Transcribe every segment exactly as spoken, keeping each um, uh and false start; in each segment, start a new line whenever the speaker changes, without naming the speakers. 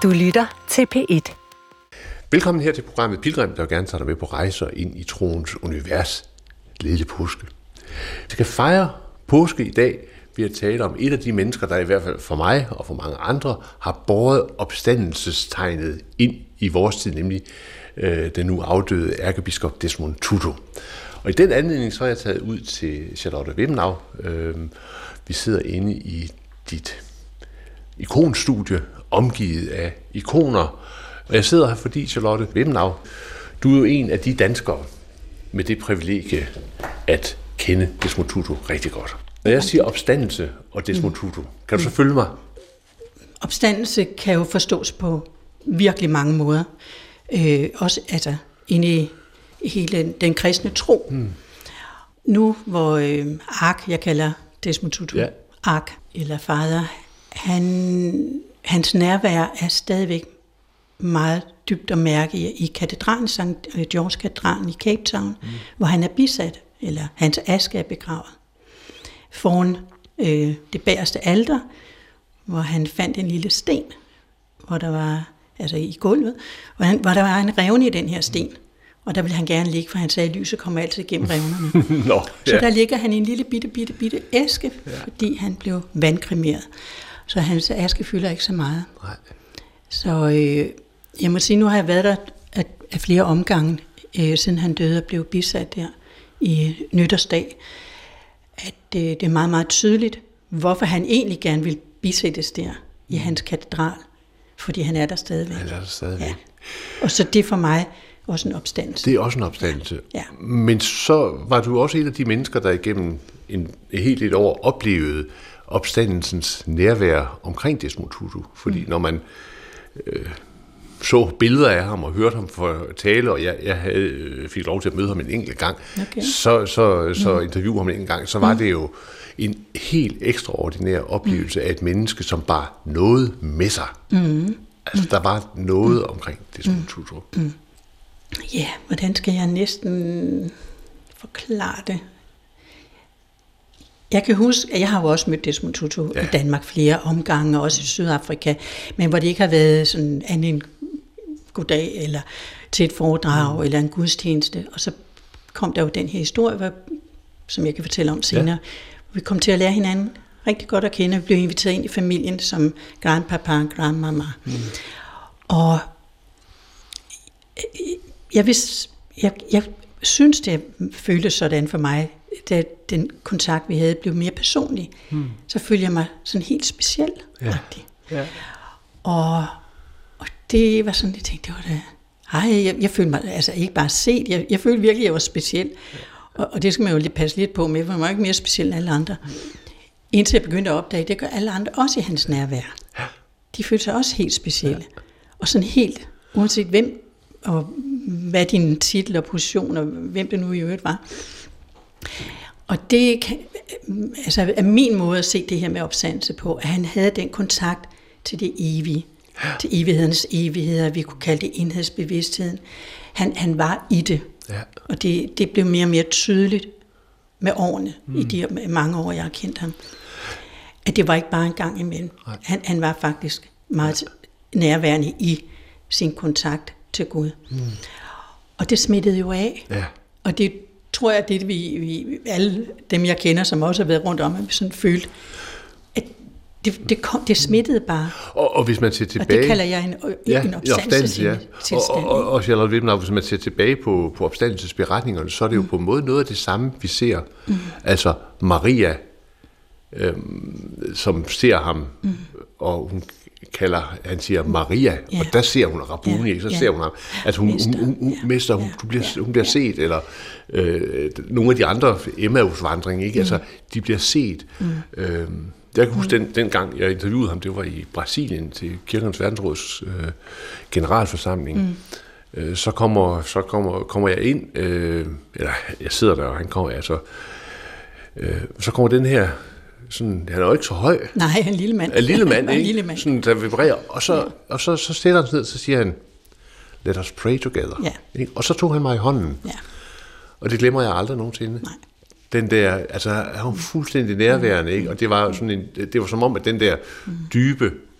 Du lytter til P et.
Velkommen her til programmet Pilgrim, der vil gerne tage dig med på rejser ind i troens univers. Lille påske. Vi skal fejre påske i dag ved at tale om et af de mennesker, der i hvert fald for mig og for mange andre har båret opstandelsestegnet ind i vores tid, nemlig øh, den nu afdøde ærkebiskop Desmond Tutu. Og i den anledning så er jeg taget ud til Charlotte Wimmenau. Øh, vi sidder inde i dit ikonstudie, omgivet af ikoner. Og jeg sidder her, fordi Charlotte Wimmenau, du er jo en af de danskere med det privilegie at kende Desmond Tutu rigtig godt. Når jeg siger opstandelse og Desmond Tutu, kan du så følge mig?
Opstandelse kan jo forstås på virkelig mange måder. Øh, også altså, inde i hele den kristne tro. Hmm. Nu hvor øh, Ark, jeg kalder Desmond Tutu, ja. Ark eller fader, han, hans nærvær er stadigvæk meget dybt at mærke i, i katedralen, Sankt George katedralen i Cape Town, mm. hvor han er bisat, eller hans aske er begravet. Foran øh, det bagerste alter, hvor han fandt en lille sten, hvor der var, altså i gulvet, hvor, han, hvor der var en revne i den her sten. Og der ville han gerne ligge, for han sagde, at lyset kommer altid igennem revnerne.
Nå, ja.
Så der ligger han i en lille bitte, bitte, bitte æske, ja. Fordi han blev vandkremeret. Så hans aske fylder ikke så meget. Nej. Så øh, jeg må sige, nu har jeg været der af, af flere omgange, øh, siden han døde og blev bisat der i nytårsdag, at øh, det er meget, meget tydeligt, hvorfor han egentlig gerne vil bisættes der i hans katedral. Fordi han er der stadigvæk. Han
er der stadigvæk. Ja.
Og så det for mig også en opstandelse.
Det er også en opstandelse.
Ja. Ja.
Men så var du også en af de mennesker, der igennem en, et helt et år oplevede opstandelsens nærvær omkring Desmond Tutu. Fordi mm. når man øh, så billeder af ham og hørte ham for tale, og jeg, jeg havde, fik lov til at møde ham en enkelt gang, okay. så, så, så mm. interviewede ham en enkelt gang, så var mm. det jo en helt ekstraordinær oplevelse mm. af et menneske, som bare nåede med sig. Mm. Altså, der var noget mm. omkring Desmond mm. Tutu.
Mm. Ja, hvordan skal jeg næsten forklare det? Jeg kan huske, at jeg har jo også mødt Desmond Tutu ja. i Danmark flere omgange, også i Sydafrika, men hvor det ikke har været sådan andet en goddag, eller til et foredrag, mm. eller en gudstjeneste. Og så kom der jo den her historie, hvor, som jeg kan fortælle om senere. Ja. Vi kom til at lære hinanden rigtig godt at kende. Vi blev inviteret ind i familien som grandpapa og grandmama. Mm. Og jeg, vidste, jeg, jeg synes, det føltes sådan for mig, da den kontakt, vi havde, blev mere personlig. Hmm. Så følte jeg mig sådan helt speciel. Ja. Ja. Og, og det var sådan, jeg tænkte, det var det. Ej, jeg, jeg følte mig altså ikke bare set, jeg, jeg følte virkelig, at jeg var speciel. Ja. Og, og det skal man jo lige passe lidt på med, for man var ikke mere speciel end alle andre. Indtil jeg begyndte at opdage, det gør alle andre også i hans nærvær. Ja. De følte sig også helt specielle. Ja. Og sådan helt, uanset hvem, og hvad din titel og position, og hvem det nu i øvrigt var. Og det kan, altså er min måde at se det her med opstandelse på, at han havde den kontakt til det evige, ja. til evighedernes evigheder, vi kunne kalde det enhedsbevidstheden. Han, han var i det, ja. og det, det blev mere og mere tydeligt med årene, mm. i de mange år, jeg har kendt ham. At det var ikke bare en gang imellem. Han, han var faktisk meget ja. nærværende i sin kontakt til Gud. Mm. Og det smittede jo af. Ja. Og det tror jeg, det vi, vi alle dem, jeg kender, som også har været rundt om, at vi sådan følte, at det, det, kom, det smittede bare.
Og, og hvis man ser tilbage...
Og det kalder jeg en,
ja,
en opstandelse. Ja.
Og, og, og, og Charlotte Wimmenau, hvis man ser tilbage på, på opstandelsesberetningerne, så er det jo mm. på en måde noget af det samme, vi ser. Mm. Altså Maria, øhm, som ser ham, mm. og hun kalder, han siger Maria, ja. og der ser hun Rabuni, ja. så ser hun ham. Altså hun, hun, hun, hun ja. mester, hun, du bliver, hun bliver ja. set, eller øh, nogle af de andre Emmaus-vandringer, ikke? Mm. Altså, de bliver set. Mm. Øh, jeg kan huske, mm. den, den gang jeg interviewede ham, det var i Brasilien til Kirkens Verdensråds øh, generalforsamling. Mm. Øh, så kommer, så kommer, kommer jeg ind, øh, eller jeg sidder der, og han kommer, altså, øh, så kommer den her, sådan, han er jo ikke så høj.
Nej, en lille mand.
En lille mand, ikke?
En lille mand.
Sådan, der vibrerer. Og så, ja. og så, så stiller han sig ned, så siger han, let us pray together. Ja. Ikke? Og så tog han mig i hånden. Ja. Og det glemmer jeg aldrig nogensinde. Nej. Den der, altså han var fuldstændig nærværende, ikke? Og det var sådan en, det var som om, at den der dybe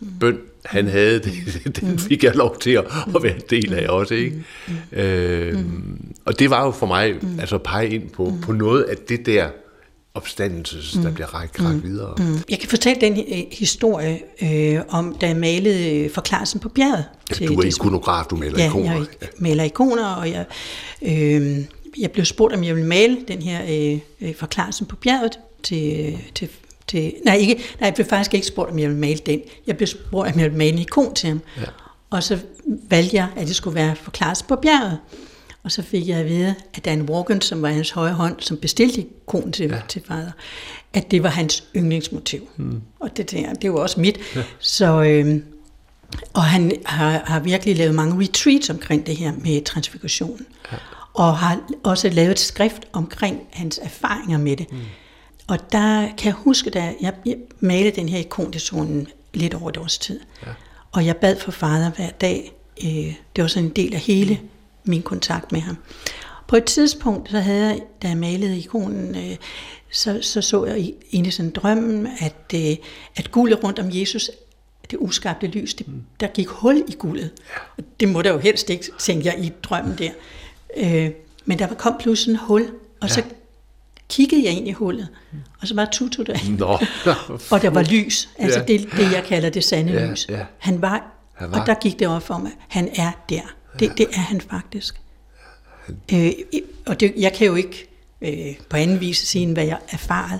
bøn, han havde, det, den fik jeg lov til at, at være en del af også, ikke? Mm. Øh, og det var jo for mig mm. altså at pege ind på, mm. på noget af det der opstandelses, der bliver rækket mm. videre. Mm.
Jeg kan fortælle den uh, historie øh, om, da jeg malede Forklarelsen på bjerget.
Ja, til, du er ikonograf, du maler
ja,
ikoner.
Jeg ja, maler ikoner, og jeg, øh, jeg blev spurgt, om jeg ville male den her øh, Forklarelsen på bjerget til, til, til nej, ikke, nej, jeg blev faktisk ikke spurgt, om jeg ville male den. Jeg blev spurgt, om jeg ville male en ikon til ham. Ja. Og så valgte jeg, at det skulle være Forklarelsen på bjerget. Og så fik jeg at vide, at Dan Morgan, som var hans højre hånd, som bestilte ikonen til, ja. til fader, at det var hans yndlingsmotiv. Hmm. Og det, det, det var også mit. Ja. Så, øhm, og han har, har virkelig lavet mange retreats omkring det her med transfigurationen. Ja. Og har også lavet et skrift omkring hans erfaringer med det. Hmm. Og der kan jeg huske, da jeg, jeg malede den her ikon, det sådan lidt over et års tid. Ja. Og jeg bad for fader hver dag. Øh, det var sådan en del af hele min kontakt med ham. På et tidspunkt, så havde jeg, da jeg malede ikonen, øh, så, så så jeg inde i sådan en drøm, at, øh, at guldet rundt om Jesus, det uskabte lys, det, der gik hul i guldet. Ja. Det må der jo helst ikke, tænkte jeg i drømmen der. Øh, men der kom pludselig en hul, og ja. så kiggede jeg ind i hullet, og så var Tutu der. Nå. Og der var lys, altså ja. det, det jeg kalder det sande ja, lys. Ja. Han, var, han var, og der gik det op for mig, han er der. Det, ja. det er han faktisk. Ja. Øh, og det, jeg kan jo ikke øh, på anden vis sige, hvad jeg erfaret.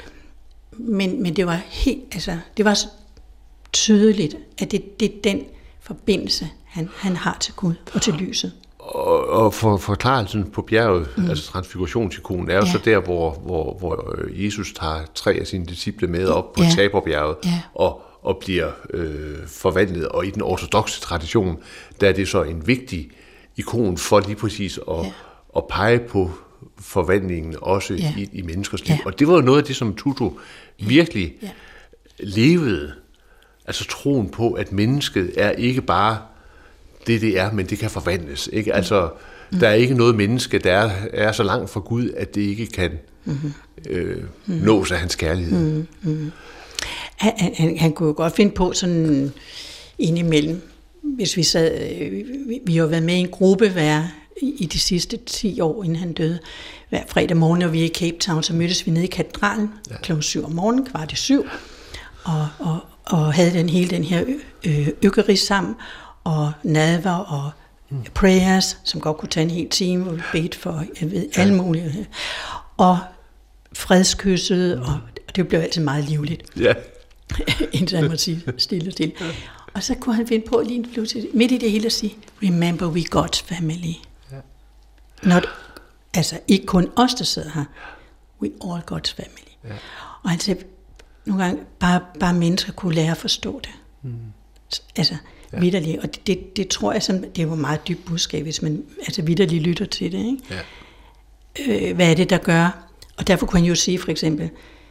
Men, men det var helt, altså, det var så tydeligt, at det, det er den forbindelse, han, han har til Gud og til lyset.
Og, og for forklarelsen på bjerget, mm. altså transfigurationsikonen, er jo ja. så der, hvor, hvor, hvor Jesus tager tre af sine disciple med op på ja. Taberbjerget, ja. og, og bliver øh, forvandlet. Og i den ortodokse tradition, der er det så en vigtig ikon for lige præcis at, ja. at pege på forvandlingen også ja. i, i menneskers liv. Ja. Og det var jo noget af det, som Tutu virkelig ja. levede. Altså troen på, at mennesket er ikke bare det, det er, men det kan forvandles. Ikke? Altså, mm. der er ikke noget menneske, der er, er så langt fra Gud, at det ikke kan mm-hmm. øh, nås af hans kærlighed.
Mm-hmm. Han, han, han kunne jo godt finde på sådan indimellem, hvis vi sad, vi, vi har været med i en gruppe hver, i de sidste ti år, inden han døde. Hver fredag morgen, når vi er i Cape Town, så mødtes vi nede i katedralen ja. klokken syv om morgenen, kvart i syv, og, og, og havde den hele den her økkeris sammen, og nadver og mm. prayers, som godt kunne tage en hel time, hvor vi bedte for jeg ved, ja. alle mulige. Og fredskysset, mm. og det blev altid meget livligt. Ja. Indtil han måtte sige stille og stille. Og så kunne han finde på lige pludselig, midt i det hele at sige, remember we God's family. Ja. Not, altså ikke kun os, der sidder her. We all God's family. Ja. Og han sagde, nogle gange, bare, bare mennesker kunne lære at forstå det. Mm. Altså, ja. vitterligt. Og det, det, det tror jeg, sådan, det er jo meget dybt budskab, hvis man altså vitterligt lytter til det. Ikke? Ja. Øh, hvad er det, der gør? Og derfor kunne han jo sige for eksempel,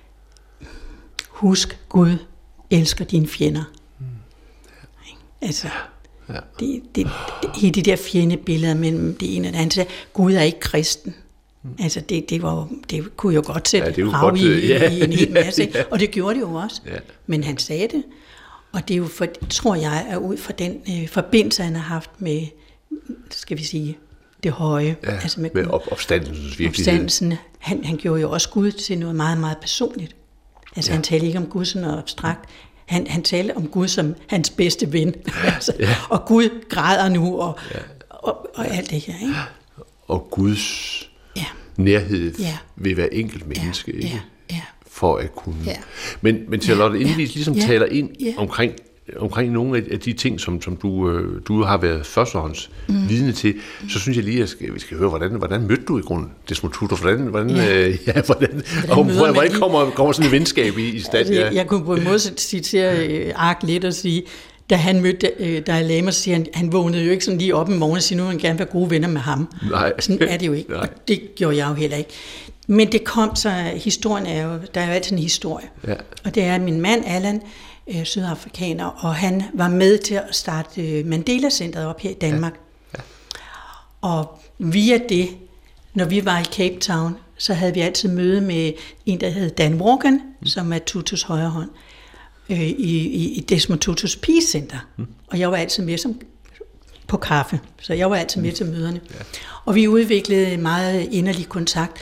husk, Gud elsker dine fjender. Mm. Ja. Altså, ja. det, det, det, hele de der fjendebilleder mellem det ene og det andet, så Gud er ikke kristen. Mm. Altså, det, det, var, det kunne jo godt sætte ja, rav i, ja. i en hel masse, ja. og det gjorde det jo også. Ja. Men han sagde det. Og det er jo, for, tror jeg, er ud fra den øh, forbindelse, han har haft med, skal vi sige, det høje.
Ja, altså med, med op, opstandelsens virkelighed.
Opstandelsen. Han, han gjorde jo også Gud til noget meget, meget personligt. Altså ja. han talte ikke om Gud som noget abstrakt. Han, han talte om Gud som hans bedste ven. altså, ja. Og Gud græder nu, og, ja. og, og, og alt det her. Ikke?
Og Guds ja. nærhed ja. ved hver enkelt menneske. Ja. Ikke? Ja. Ja. For at kunne. Ja. Men, men Charlotte, inden vi ligesom ja. taler ind ja. omkring, omkring nogle af de ting, som, som du, du har været førstehånds mm. vidne til, så synes jeg lige, at vi skal høre, hvordan, hvordan mødte du i grunden Desmond Tutu? Hvordan, hvordan, ja. Øh, ja, hvordan, hvordan, hvordan, hvordan kommer, kommer sådan en venskab i, i stand? Altså,
jeg, jeg kunne på en måde citere øh, Ark lidt og sige, da han mødte øh, Dalai Lama, så siger han, han vågnede jo ikke sådan lige op en morgen og siger, nu vil han gerne være gode venner med ham. Nej. Sådan er det jo ikke, og det gjorde jeg jo heller ikke. Men det kom så, historien er jo, der er jo altid en historie. Ja. Og det er min mand, Allan, øh, sydafrikaner, og han var med til at starte øh, Mandela-centret op her i Danmark. Ja. Ja. Og via det, når vi var i Cape Town, så havde vi altid møde med en, der hed Dan Morgan, mm. som er Tutus højre hånd. øh, i, i, i Desmond Tutus pigecenter. Mm. Og jeg var altid med som, på kaffe, så jeg var altid med mm. til møderne. Ja. Og vi udviklede meget inderlig kontakt,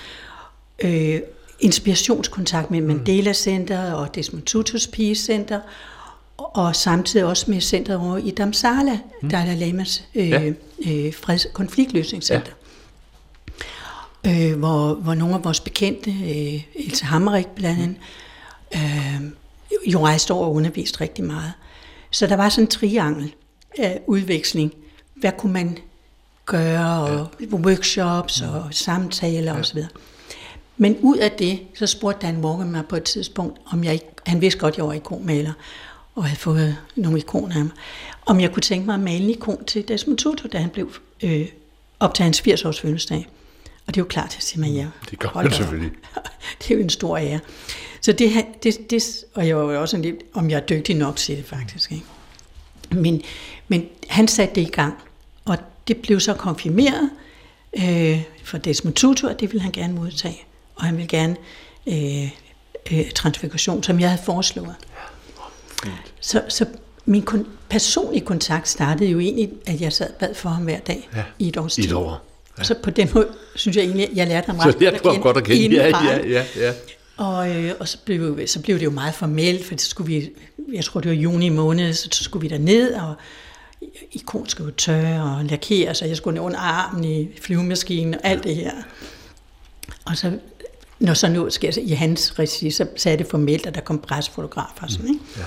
øh, inspirationskontakt med Mandela Center og Desmond Tutus pigecenter, og samtidig også med centret over i Dharamsala, mm. Dalai Lamas øh, ja. øh, freds- konfliktløsningscenter. Ja. Øh, hvor, hvor nogle af vores bekendte, øh, Else Hammerik blandt andet, øh, jo rejste over og underviste rigtig meget. Så der var sådan en triangel af udveksling. Hvad kunne man gøre, og ja. workshops og samtaler ja. osv. Men ud af det, så spurgte Dan Morgan mig på et tidspunkt, om jeg ikke, han vidste godt, at jeg var ikonmaler, og havde fået nogle ikoner af mig, om jeg kunne tænke mig at male en ikon til Desmond Tutu, da han blev øh, op til hans firs års fødselsdag. Og det er jo klart, at sige mig, ja.
Det gør man selvfølgelig.
Det er jo en stor ære. Så det, det, det og jeg var jo også en lidt, om jeg er dygtig nok til det faktisk. Ikke? Men, men han satte det i gang, og det blev så konfirmeret øh, for Desmond Tutu, og det ville han gerne modtage. Og han ville gerne øh, øh, transfiguration, som jeg havde foreslået. Ja. Så, så min kon- personlige kontakt startede jo egentlig, at jeg sad og bad for ham hver dag ja. i et års tid.
I et år. Ja.
Så på den måde synes jeg egentlig, at jeg lærte ham ret
godt at kende. Godt at kende. Ja, ja, ja, ja.
Og, øh, og så, blev, så blev det jo meget formelt, for så skulle vi, jeg tror det var juni måned, så skulle vi derned, og ikon skulle jo tørre og lakere, så jeg skulle ned under armen i flyvemaskinen og alt det her. Og så, når så nu sker det i hans regi, så sagde det formelt, at der kom pressefotografer og sådan, ikke? Ja.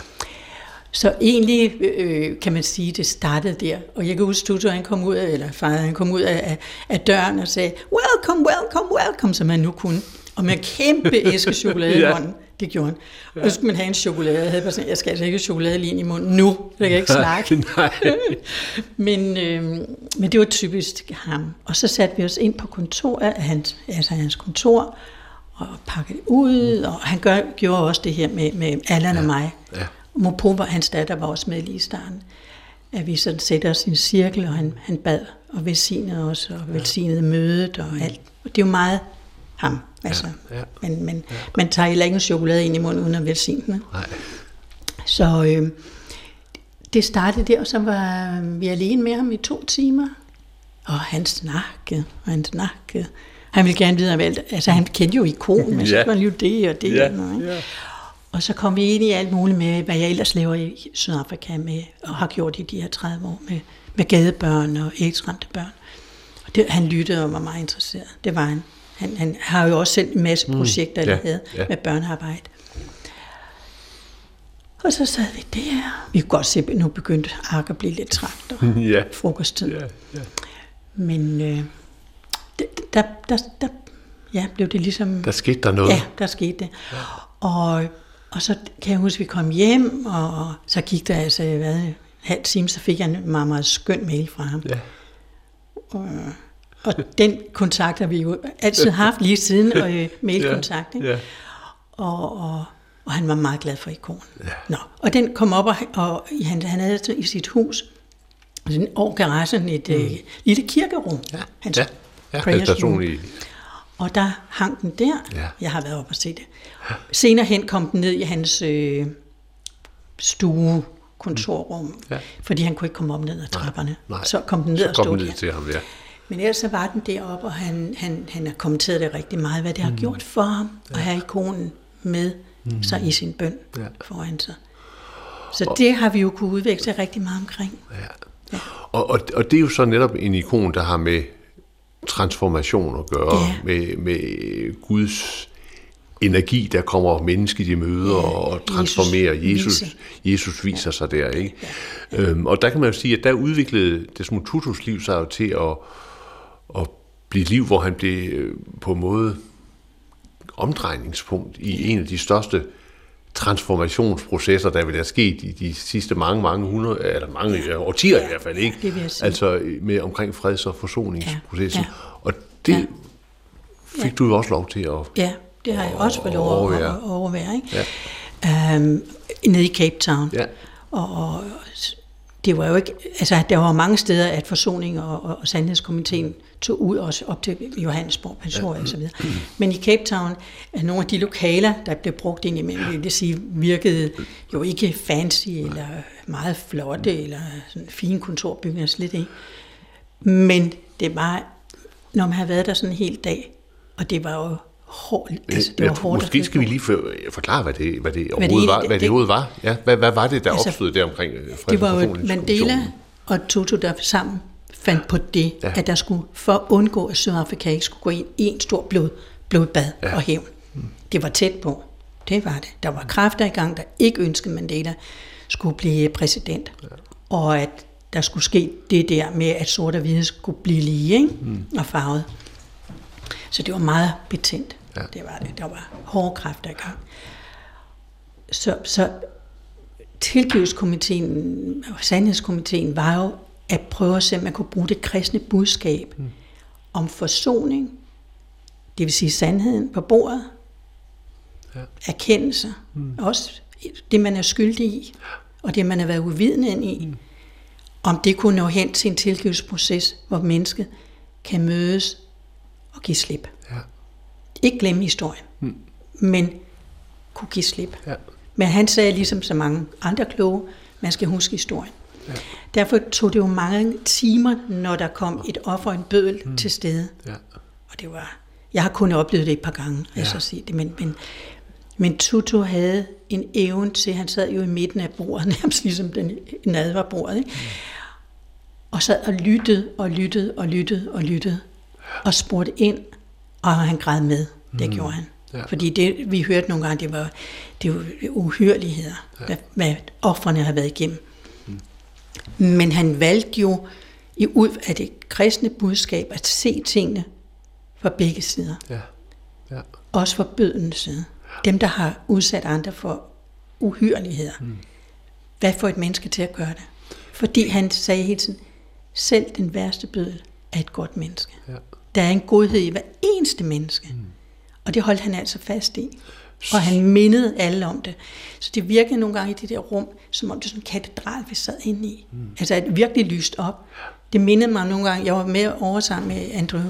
Så egentlig øh, kan man sige, at det startede der. Og jeg kan huske, Tutu, han kom ud af, eller far, han kom ud af, af døren og sagde, welcome, welcome, welcome, som han nu kunne. Og med en kæmpe æske chokolade ja. i hånden. Det gjorde han. Og så skulle man have en chokolade. Jeg havde bare sådan, jeg skal altså ikke have chokolade lige ind i munden nu, så jeg kan ikke snakke. men, øh, men det var typisk ham. Og så satte vi os ind på kontoret, hans, altså hans kontor, og pakkede ud. Og han gør, gjorde også det her med, med Allan ja. og mig. Ja. Mopo, hans datter, var også med lige i starten. At vi sådan sætter os i en cirkel, og han, han bad og velsignede os, og velsignede mødet og alt. Og det er jo meget ham. Altså. Ja, ja. Men, men ja. man tager heller ikke en chokolade ind i munden uden at velsigne den. Nej. Så øh, det startede der, og så var vi alene med ham i to timer. Og han snakkede, og han snakkede. Han ville gerne vide om alt. Altså han kendte jo ikonen, men så ja. var han jo det og det. Ja. Og noget, ja. Og så kom vi ind i alt muligt med, hvad jeg ellers laver i Sydafrika med, og har gjort i de her tredive år med, med gadebørn og AIDS-ramte børn. Og det, han lyttede og var meget interesseret. Det var han. Han, han har jo også selv en masse projekter, mm, yeah, yeah. med, med børnearbejde. Og så sad vi der. Vi kunne godt se, at nu begyndte Ark at blive lidt træt og yeah. frokosttid. Yeah, yeah. Men øh, der, der, der ja, blev det ligesom...
Der skete der noget.
Ja, der skete det. Ja. Og, og så kan jeg huske, at vi kom hjem, og så gik der altså hvad, en halv time, så fik jeg en meget, meget skøn mail fra ham. Ja. Og, og den kontakt har vi jo altid haft lige siden, og øh, mailkontakt. Ikke? Ja. Og, og, og han var meget glad for ikonen. Ja. Nå, og den kom op, og, og han, han havde i sit hus, altså over garagen, et mm. øh, lille kirkerum. Ja, hans
ja. ja. personlige.
Og der hang den der. Ja. Jeg har været oppe og set det. Senere hen kom den ned i hans øh, stue, kontorrum, ja. fordi han kunne ikke komme op ned ad trapperne. Nej, nej. Så kom den ned og stod der. Til ham, ja. Men ellers så var den deroppe, og han, han, han har kommenteret det rigtig meget, hvad det har mm. gjort for ham, ja. at have ikonen med mm. sig i sin bøn ja. foran sig. Så og, det har vi jo kunne udveksle rigtig meget omkring. Ja.
Ja. Og, og, og det er jo så netop en ikon, der har med transformation at gøre, ja. med, med Guds energi, der kommer mennesket i møde ja. og transformerer. Jesus, Jesus, Jesus viser ja. sig der, ikke? Ja. Ja. Øhm, og der kan man jo sige, at der udviklede Desmond Tutus liv sig jo til at, at blive et liv, hvor han blev på en måde omdrejningspunkt i en af de største transformationsprocesser, der vil have sket i de sidste mange, mange hundrede, eller mange ja. årtier ja. i hvert fald, ikke? Det vil jeg sige. Altså med omkring freds- og forsoningsprocessen. Ja. Ja. Og det ja. fik ja. du jo også lov til at
ja, det har jeg også fået lov at overvære, ikke? Ja. Um, nede i Cape Town. Ja. Og, og det var jo ikke, altså der var mange steder, at Forsoning og, og, og Sandhedskomiteen tog ud også op til Johannesborg, Pretoria og så videre. Men i Cape Town, at nogle af de lokaler, der blev brugt ind imellem, vil jeg sige, virkede jo ikke fancy eller meget flotte eller sådan fine kontorbygninger, slet ikke. Men det var, når man havde været der sådan en hel dag, og det var jo hårdt. Altså, det var hårdt.
Måske skal vi lige forklare, hvad det, hvad det overhovedet var. Hvad det overhovedet var. Ja, hvad, hvad var det, der altså, opstod der omkring freds-
det var jo Mandela og Tutu, der sammen fandt på det, ja. At der skulle, for at undgå, at Sydafrika ikke skulle gå ind i en stor blod, blodbad ja. Og hævn. Det var tæt på. Det var det. Der var kræfter i gang, der ikke ønskede Mandela skulle blive præsident. Ja. Og at der skulle ske det der med, at sort og hvide skulle blive lige, ikke? Mm. Og farvet. Så det var meget betændt. Ja. Det var det. Der var hårde kræfter i gang. Så, så tilgivelseskomiteen og Sandhedskomiteen var jo at prøve at se, om man kunne bruge det kristne budskab mm. om forsoning, det vil sige sandheden på bordet, ja. Erkendelse, mm. også det, man er skyldig i, og det, man har været uvidende i, mm. om det kunne nå hen til en tilgivelsesproces, hvor mennesket kan mødes og give slip. Ja. Ikke glemme historien, mm. men kunne give slip. Ja. Men han sagde ligesom så mange andre kloge, man skal huske historien. Ja. Derfor tog det jo mange timer, når der kom et offer og en bødel mm. til stede. Ja. Og det var, jeg har kun oplevet det et par gange, ja. Altså sige det, men, men, men Tutu havde en evne til, han sad jo i midten af bordet, nærmest ligesom den nadverbordet, ikke? Mm. Og sad og lyttede og lyttede og lyttede og lyttede og spurgte ind, og han græd med. Det mm. gjorde han. Ja. Fordi det, vi hørte nogle gange, det var, det var uhyrligheder, ja. hvad, hvad ofrene har været igennem. Mm. Men han valgte jo i ud af det kristne budskab at se tingene fra begge sider. Ja. Ja. Også fra bødens side. Dem, der har udsat andre for uhyrligheder. Mm. Hvad får et menneske til at gøre det? Fordi han sagde hele tiden, selv den værste bødel er et godt menneske. Ja. Der er en godhed i hver eneste menneske. Mm. Og det holdt han altså fast i. Og han mindede alle om det. Så det virkede nogle gange i det der rum, som om det var sådan en katedral, vi sad inde i. Mm. Altså at virkelig lyst op. Det mindede mig nogle gange, jeg var med over sammen med Andrew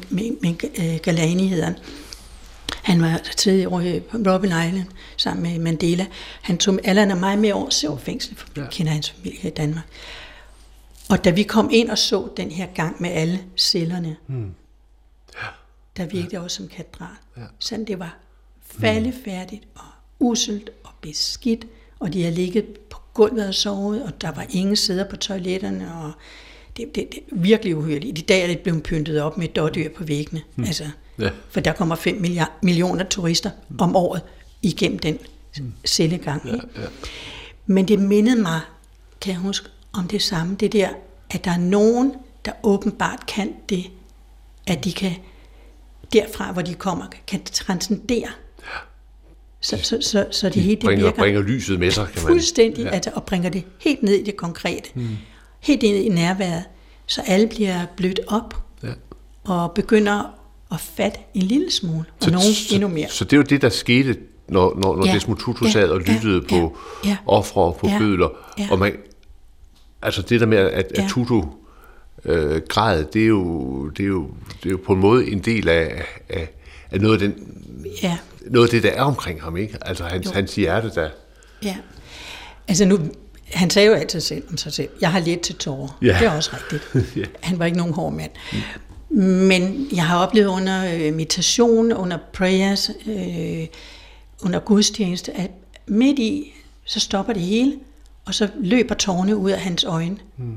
Galani, hedder han. Han var tidligere på Robben Island sammen med Mandela. Han tog Allan og mig med over til fængsel, for vi kender hans familie i Danmark. Og da vi kom ind og så den her gang med alle cellerne, mm. ja. Der virkede det også som katedral. Ja. Sådan det var faldefærdigt og uselt og beskidt, og de havde ligget på gulvet og sovet, og der var ingen sæder på toiletterne, og det, det, det virkelig uhyrligt. I dag er det blevet pyntet op med dårdyr på væggene, mm. altså, ja. For der kommer fem millioner turister om året igennem den mm. cellegang. Ja, ja. Men det mindede mig, kan jeg huske, om det samme, det der, at der er nogen, der åbenbart kan det, at de kan derfra, hvor de kommer, kan transcendere. Ja. Så, så, så, så det
de
hele
bringer,
virker
bringer lyset med sig, kan man.
Fuldstændig, ja. Altså, og bringer det helt ned i det konkrete. Mm. Helt ned i nærværet, så alle bliver blødt op, ja. Og begynder at fatte en lille smule, og så, nogen så, endnu mere.
Så det er jo det, der skete, når, når, når ja. Desmond Tutu ja. sad og lyttede ja. på ja. ofre og på ja. bødler. Ja. Og man, altså det der med, at, ja. at Tutu øh, græd, det er, jo, det, er jo, det er jo på en måde en del af, af, af noget, af den, ja. noget af det, der er omkring ham, ikke? Altså hans, hans hjerte, der... Ja,
altså nu... Han sagde jo altid selv om sig selv, jeg har let til tårer. Ja. Det er også rigtigt. Ja. Han var ikke nogen hård mand. Mm. Men jeg har oplevet under øh, meditation, under prayers, øh, under gudstjeneste, at midt i, så stopper det hele, og så løber tårerne ud af hans øjne. Mm.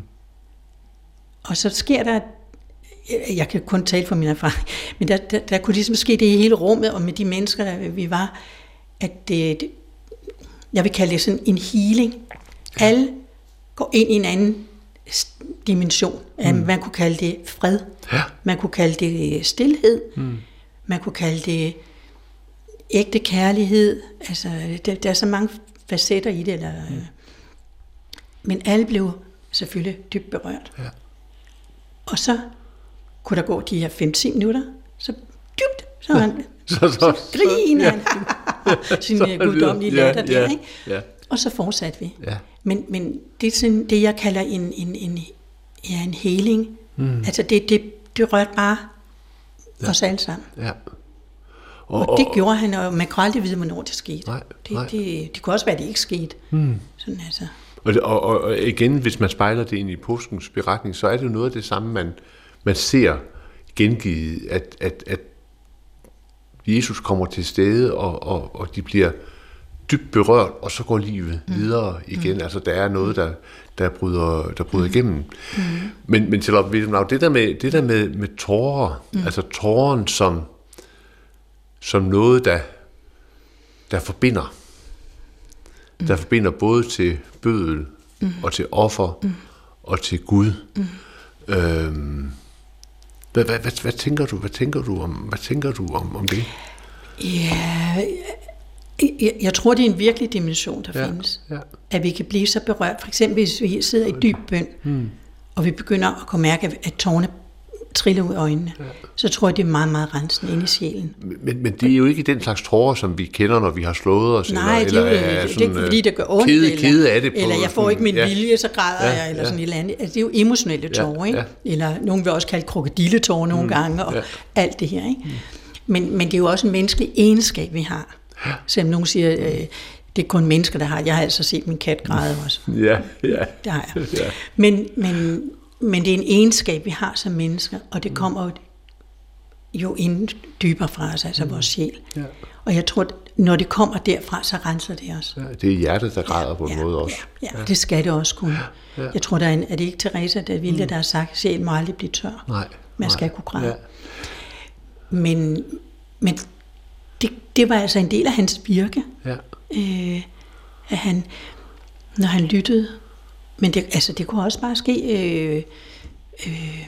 Og så sker der, jeg kan kun tale fra min erfaring, men der, der, der kunne ligesom ske det i hele rummet, og med de mennesker, der vi var, at det, det jeg vil kalde det sådan en healing. Alle går ind i en anden dimension. Mm. Man kunne kalde det fred. Ja. Man kunne kalde det stilhed. Mm. Man kunne kalde det ægte kærlighed. Altså, der, der er så mange facetter i det. Eller, mm. Men alle blev selvfølgelig dybt berørt. Ja. Og så kunne der gå de her fem til ti minutter. Så dybt, så han så, så, så griner han. Ja. Sin guddommelige latter der, ikke? Ja. Og så fortsatte vi. Ja. Men, men det er sådan det, jeg kalder en, en, en, ja, en healing. Mm. Altså det, det, det rørte bare ja. os alle sammen.
Ja.
Og, og det og, gjorde han, og man kunne aldrig vide, hvornår det skete.
Nej,
det,
nej.
Det, det kunne også være, at det ikke skete. Mm. Sådan altså.
Og, og, og igen, hvis man spejler det ind i påskens beretning, så er det jo noget af det samme, man, man ser gengivet, at, at, at Jesus kommer til stede, og, og, og de bliver dybt berørt, og så går livet mm. videre igen. Mm. Altså, der er noget, der, der bryder, der bryder mm. igennem. Mm. Men, men til at det der med, det der med, med tårer, mm. altså tåren som, som noget, der, der forbinder. Mm. Der forbinder både til bødel, mm. og til offer, mm. og til Gud. Mm. Øhm, hvad, hvad, hvad, hvad tænker du? Hvad tænker du om, hvad tænker du om, om det?
Ja, jeg, jeg tror, det er en virkelig dimension, der ja, findes. Ja. At vi kan blive så berørt. For eksempel, hvis vi sidder i dyb bøn, mm. og vi begynder at kunne mærke, at tårerne triller ud af øjnene, ja. så tror jeg, det er meget, meget rensende inde i sjælen.
Men, men det er jo ikke den slags tårer, som vi kender, når vi har slået os.
Nej,
eller,
det,
eller
er, det er ikke fordi, det gør ondt,
kede,
eller,
kede af det på,
eller jeg får ikke min
ja.
vilje, så græder
ja,
jeg, eller
ja.
sådan et eller andet. Altså, det er jo emotionelle tårer, ikke?
Ja, ja.
Eller nogen vil også kalde krokodilletårer nogle mm, gange, og ja. alt det her. Ikke? Mm. Men, men det er jo også en menneskelig egenskab, vi har. Ja. Selvom nogen siger, øh, det er kun mennesker, der har. Jeg har altså set min kat græde også.
Ja, ja.
Det har jeg.
Ja.
Men, men, men det er en egenskab, vi har som mennesker, og det kommer jo jo inden dybere fra os, altså mm. vores sjæl. Ja. Og jeg tror, når det kommer derfra, så renser det os.
Ja, det er hjertet, der græder ja, på en
ja,
måde også.
Ja, ja, det skal det også kunne. Ja. Jeg tror, der er, en, er det ikke Teresa der Vilde, mm. der har sagt, at sjælen må aldrig blive tør.
Nej.
Man skal
nej.
kunne græde. Ja. Men, men det, det var altså en del af hans virke. Ja. Øh, at han, når han lyttede. Men det, altså, det kunne også bare ske... Øh, øh,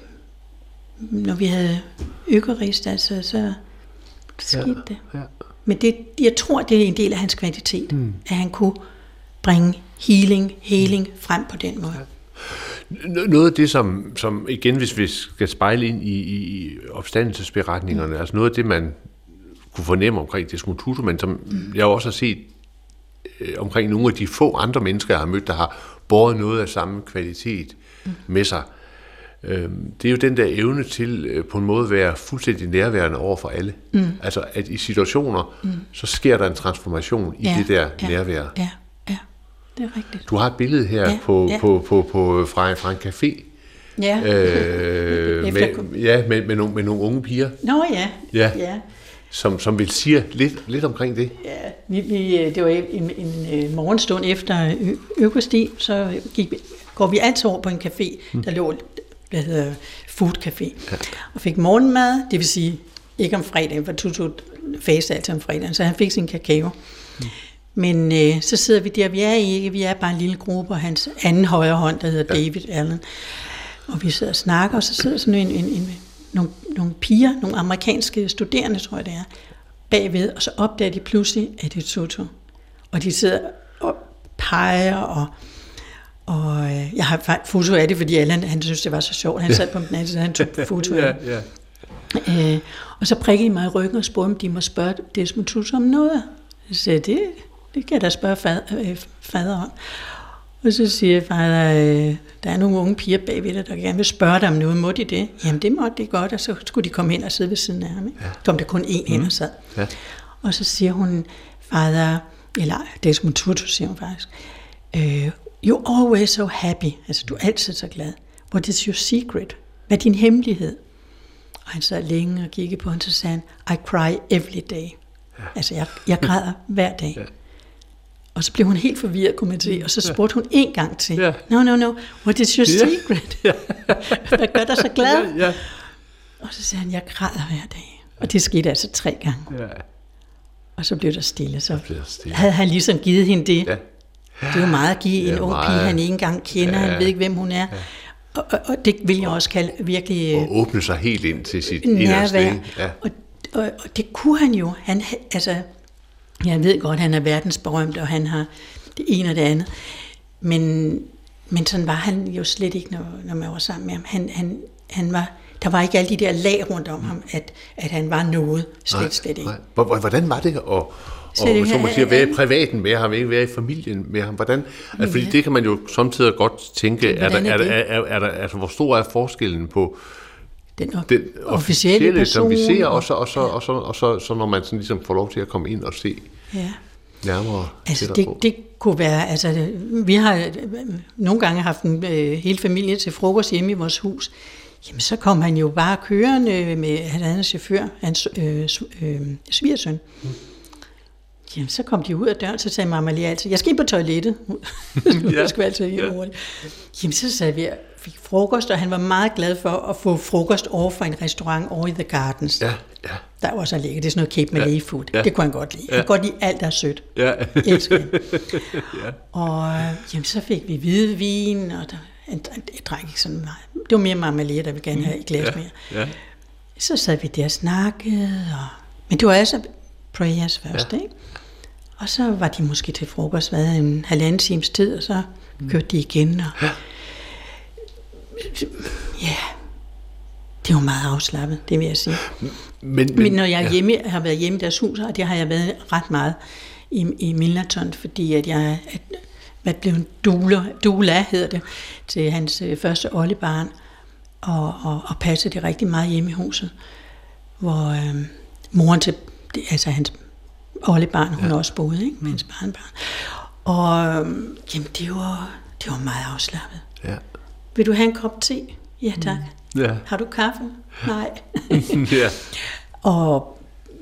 når vi havde økerist, altså, så skete ja, det. Ja. Men det, jeg tror, det er en del af hans kvalitet, mm. at han kunne bringe healing, healing frem på den måde.
Ja. Noget af det, som, som igen, hvis vi skal spejle ind i, i opstandelsesberetningerne, mm. altså noget af det, man kunne fornemme omkring Desmond Tutu, men som mm. jeg også har set øh, omkring nogle af de få andre mennesker, jeg har mødt, der har båret noget af samme kvalitet mm. med sig. Det er jo den der evne til på en måde at være fuldstændig nærværende over for alle. Mm. Altså at i situationer, mm. så sker der en transformation i ja, det der
ja,
nærvær.
Ja, ja, det er rigtigt.
Du har et billede her ja, på, ja. På, på, på, fra, fra en café.
Ja.
Øh, med, ja, med, med, nogle, med nogle unge piger.
Nå ja,
ja.
ja.
Som, som vil sige lidt, lidt omkring det.
Ja, vi, vi, det var en, en morgenstund efter økosti, så gik vi, går vi altid over på en café, mm. der lå... der hedder Food Café, ja. og fik morgenmad, det vil sige, ikke om fredagen, for Tutu faste altid om fredagen, så han fik sin kakao. Mm. Men øh, så sidder vi der, vi er ikke, vi er bare en lille gruppe, og hans anden højre hånd, der hedder ja. David Allen, og vi sidder og snakker, og så sidder sådan en, en, en, nogle, nogle piger, nogle amerikanske studerende, tror jeg det er, bagved, og så opdager de pludselig, at det er Tutu. Og de sidder og peger, og Og øh, jeg har foto af det, fordi Allan, han synes, det var så sjovt. Han sad på den anden side, han tog foto af det. Ja, ja. Øh, og så prikkede de mig i ryggen og spurgte, om de må spørge Desmond Tutu om noget. Så sagde det, det kan jeg da spørge fader, øh, fader om. Og så siger fader, øh, der er nogle unge piger bagved dig, der gerne vil spørge dig om noget. Må de det? Jamen, det måtte de godt, og så skulle de komme hen og sidde ved siden af ham. Ikke? Ja. Kom der kun én hen og sad. Ja. Og så siger hun, fader, eller Desmond Tutu, siger hun faktisk, øh, you're always so happy. Altså, du er altid så glad. What is your secret? Hvad er din hemmelighed? Og han sad længe og kiggede på hende, så sagde han, I cry every day. Ja. Altså, jeg, jeg græder hver dag. Ja. Og så blev hun helt forvirret, kunne man sige, og så spurgte hun en gang til, ja. no, no, no, what is your secret? Ja. Hvad gør dig så glad? Ja. Ja. Og så sagde han, jeg græder hver dag. Og det skete altså tre gange. Ja. Og så blev der stille. Så stille. Havde han ligesom givet hende det. Ja. Det er jo meget at give en ung pige, han ikke engang kender, ja. Han ved ikke, hvem hun er. Ja. Og, og, og det vil jeg også kalde virkelig...
Og åbne sig helt ind til sit inderste.
Ja. Og, og, og det kunne han jo. Han, altså, jeg ved godt, han er verdensberømt, og han har det ene og det andet. Men, men sådan var han jo slet ikke, når, når man var sammen med ham. Han, han, han var... Der var ikke alle de der lag rundt om ham, at, at han var noget. Slet, nej, slet ikke.
Nej. Hvordan var det at, og det, så må sige, være i privaten med ham, ikke være i familien med ham. Hvordan? Altså, fordi det kan man jo samtidig godt tænke, er der, er, der, er, er der, altså, hvor stor er forskellen på
den,
den officielle,
officielle person,
som vi ser, og så, og, så, og, så, og så, så når man sådan ligesom får lov til at komme ind og se
ja.
nærmere.
Altså det, det kunne være, altså det, vi har nogle gange haft en øh, hele familie til frokost hjemme i vores hus. Jamen så kom han jo bare kørende med han anden chauffør, hans øh, øh, svigersøn. Mm. Jamen så kom de ud af døren, så sagde mamma lige altid, jeg skal ind på toilettet. Ja. Jeg skulle altid helt hurtigt. Jamen så sagde vi, fik frokost, og han var meget glad for at få frokost over fra en restaurant over i The Gardens.
Ja, ja.
Der var så lækkert. Det er sådan noget Cape Malay food. Ja. Det kunne han godt lide. Han
ja.
kunne godt lide alt, der er sødt.
Ja.
Elsker han. Ja. Og jamen, så fik vi hvidvin, og der, jeg, jeg drak ikke sådan meget. Det var mere marmelade, der ville gerne have et glas
ja.
mere.
Ja.
Så sad vi der og snakkede. Og... Men det var altså prayers først, ja. Ikke? Og så var de måske til frokost været en halvanden times tid, og så kørte de igen. Og...
Ja.
ja, det var meget afslappet, det vil jeg sige.
Men, men,
men når jeg
ja.
hjemme, har været hjemme i deres hus, og det har jeg været ret meget i, i Milnerton, fordi at jeg er blevet doula, doula, hedder det, til hans øh, første oldebarn, og, og, og passede det rigtig meget hjemme i huset, hvor øh, moren til, altså hans oldebarn, hun ja. Også boede, ikke? Med hans barnbarn. Og øh, jamen, det var, det var meget afslappet.
Ja.
Vil du have en kop te? Ja, tak.
Mm. Ja.
Har du kaffe? Nej.
Ja.
Og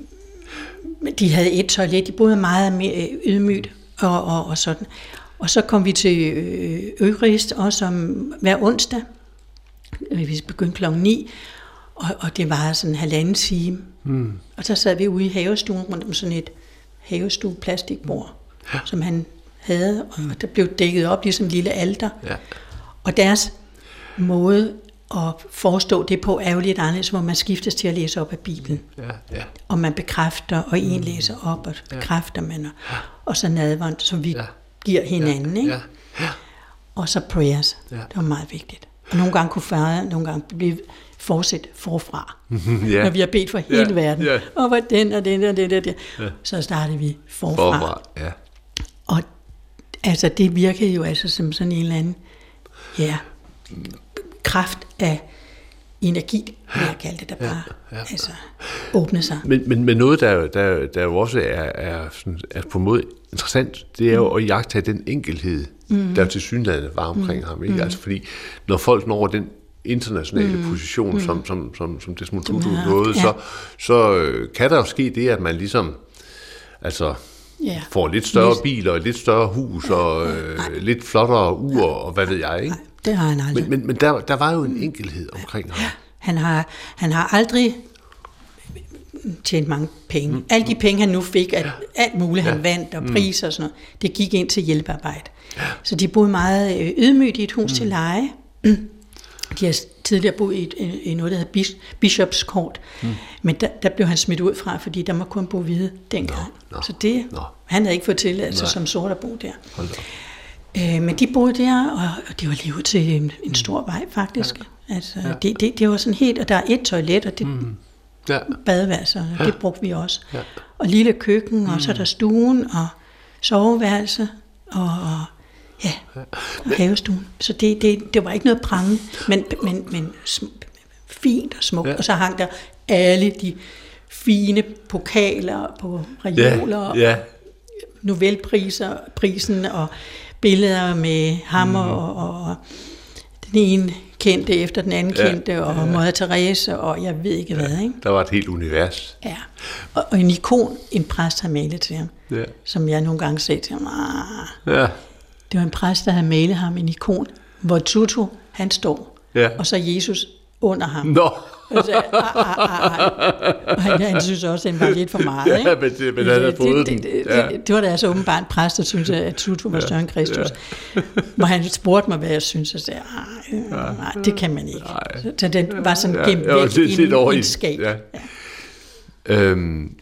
de havde et toilet, de boede meget mere ydmygt og, og, og sådan. Og så kom vi til Øgerist også om hver onsdag. Vi begyndte klokken ni, og, og det var sådan en halvanden time. Mm. Og så sad vi ude i havestuen rundt om sådan et havestue plastikbord, ja. Som han havde, og der blev dækket op ligesom en lille alter. Ja. Og deres måde at forestå det på er jo lidt anderledes, hvor man skiftes til at læse op af Bibelen. Ja, ja. Og man bekræfter, og en læser op, og bekræfter man, og, og så nadveren, som vi ja. Giver hinanden. Ikke? Ja, ja. Og så prayers. Ja. Det var meget vigtigt. Og nogle gange kunne far, nogle gange blive fortsat forfra, ja. Når vi har bedt for hele ja, verden. Ja. Og var den og den og den og den. Ja. Så startede vi forfra. forfra ja. Og altså, det virkede jo altså som sådan en eller anden ja, kraft af energi, vil jeg kalde det, der bare ja, ja. Altså, åbne sig.
Men, men, men noget, der, der, der jo også er, er, sådan, er på en måde interessant, det er jo mm. at jagtage den enkelhed, mm. der tilsyneladende var omkring mm. ham. Ikke? Mm. Altså, fordi når folk når den internationale mm. position, mm. som, som, som, som Desmond Tutu ja, nåede, ja. så, så kan der jo ske det, at man ligesom altså, ja. Får lidt større biler, lidt større hus, ja. Og øh, lidt flottere ur, ja. Og hvad ved jeg, ikke?
Nej, det har han aldrig.
Men, men, men der, der var jo en enkelhed omkring ham.
Ja. Han har, han har aldrig tjent mange penge. Mm. Alle de penge, han nu fik, at, ja. Alt muligt, han ja. Vandt, og priser og sådan noget, det gik ind til hjælpearbejde. Ja. Så de boede meget ydmygt i et hus mm. til leje. De har tidligere boet i, et, i noget, der hedder Bishops Court. Mm. Men der, der blev han smidt ud fra, fordi der må kun bo hvide dengang. No, no, så det, no. Han havde ikke fået tilladelse som sort at bo der. Øh, men de boede der, og det var lige ud til en, en stor mm. vej, faktisk. Ja. Altså, ja. det, det, det var sådan helt, og der er et toilet, og det mm. ja. Badeværelser, ja. Det brugte vi også. Ja. Og lille køkken, mm. og så er der stuen, og soveværelse, og... og ja, og havestuen. Så det, det, det var ikke noget prangende, men, men, men fint og smukt. Ja. Og så hang der alle de fine pokaler på reoler, ja, ja. Nobelpriser, prisen og billeder med ham mm. og, og den ene kendte efter den anden ja, kendte, og ja. Mother Teresa, og jeg ved ikke hvad. Ikke?
Der var et helt univers.
Ja, og, og en ikon, en præst har malet til ham,
ja. Som
jeg nogle gange sagde til ham, ah, ja. Det var en præst, der havde malet ham en ikon, hvor Tutu, han står, ja. Og så Jesus under ham.
Nå.
Og, så, ah, ah, ah, ah. Og han, han synes også, at den var lidt for meget. Ikke?
Ja, men, det, men han havde fået
det, det, det, ja. det, det var da altså åbenbart en præst, der syntes, at Tutu var større end Kristus. Ja. Hvor han spurgte mig, hvad jeg synes, og sagde, ah, nej, det kan man ikke. Nej. Så den var sådan gemt
ja,
væk i en, en skab. Ja. Ja.
Øhm,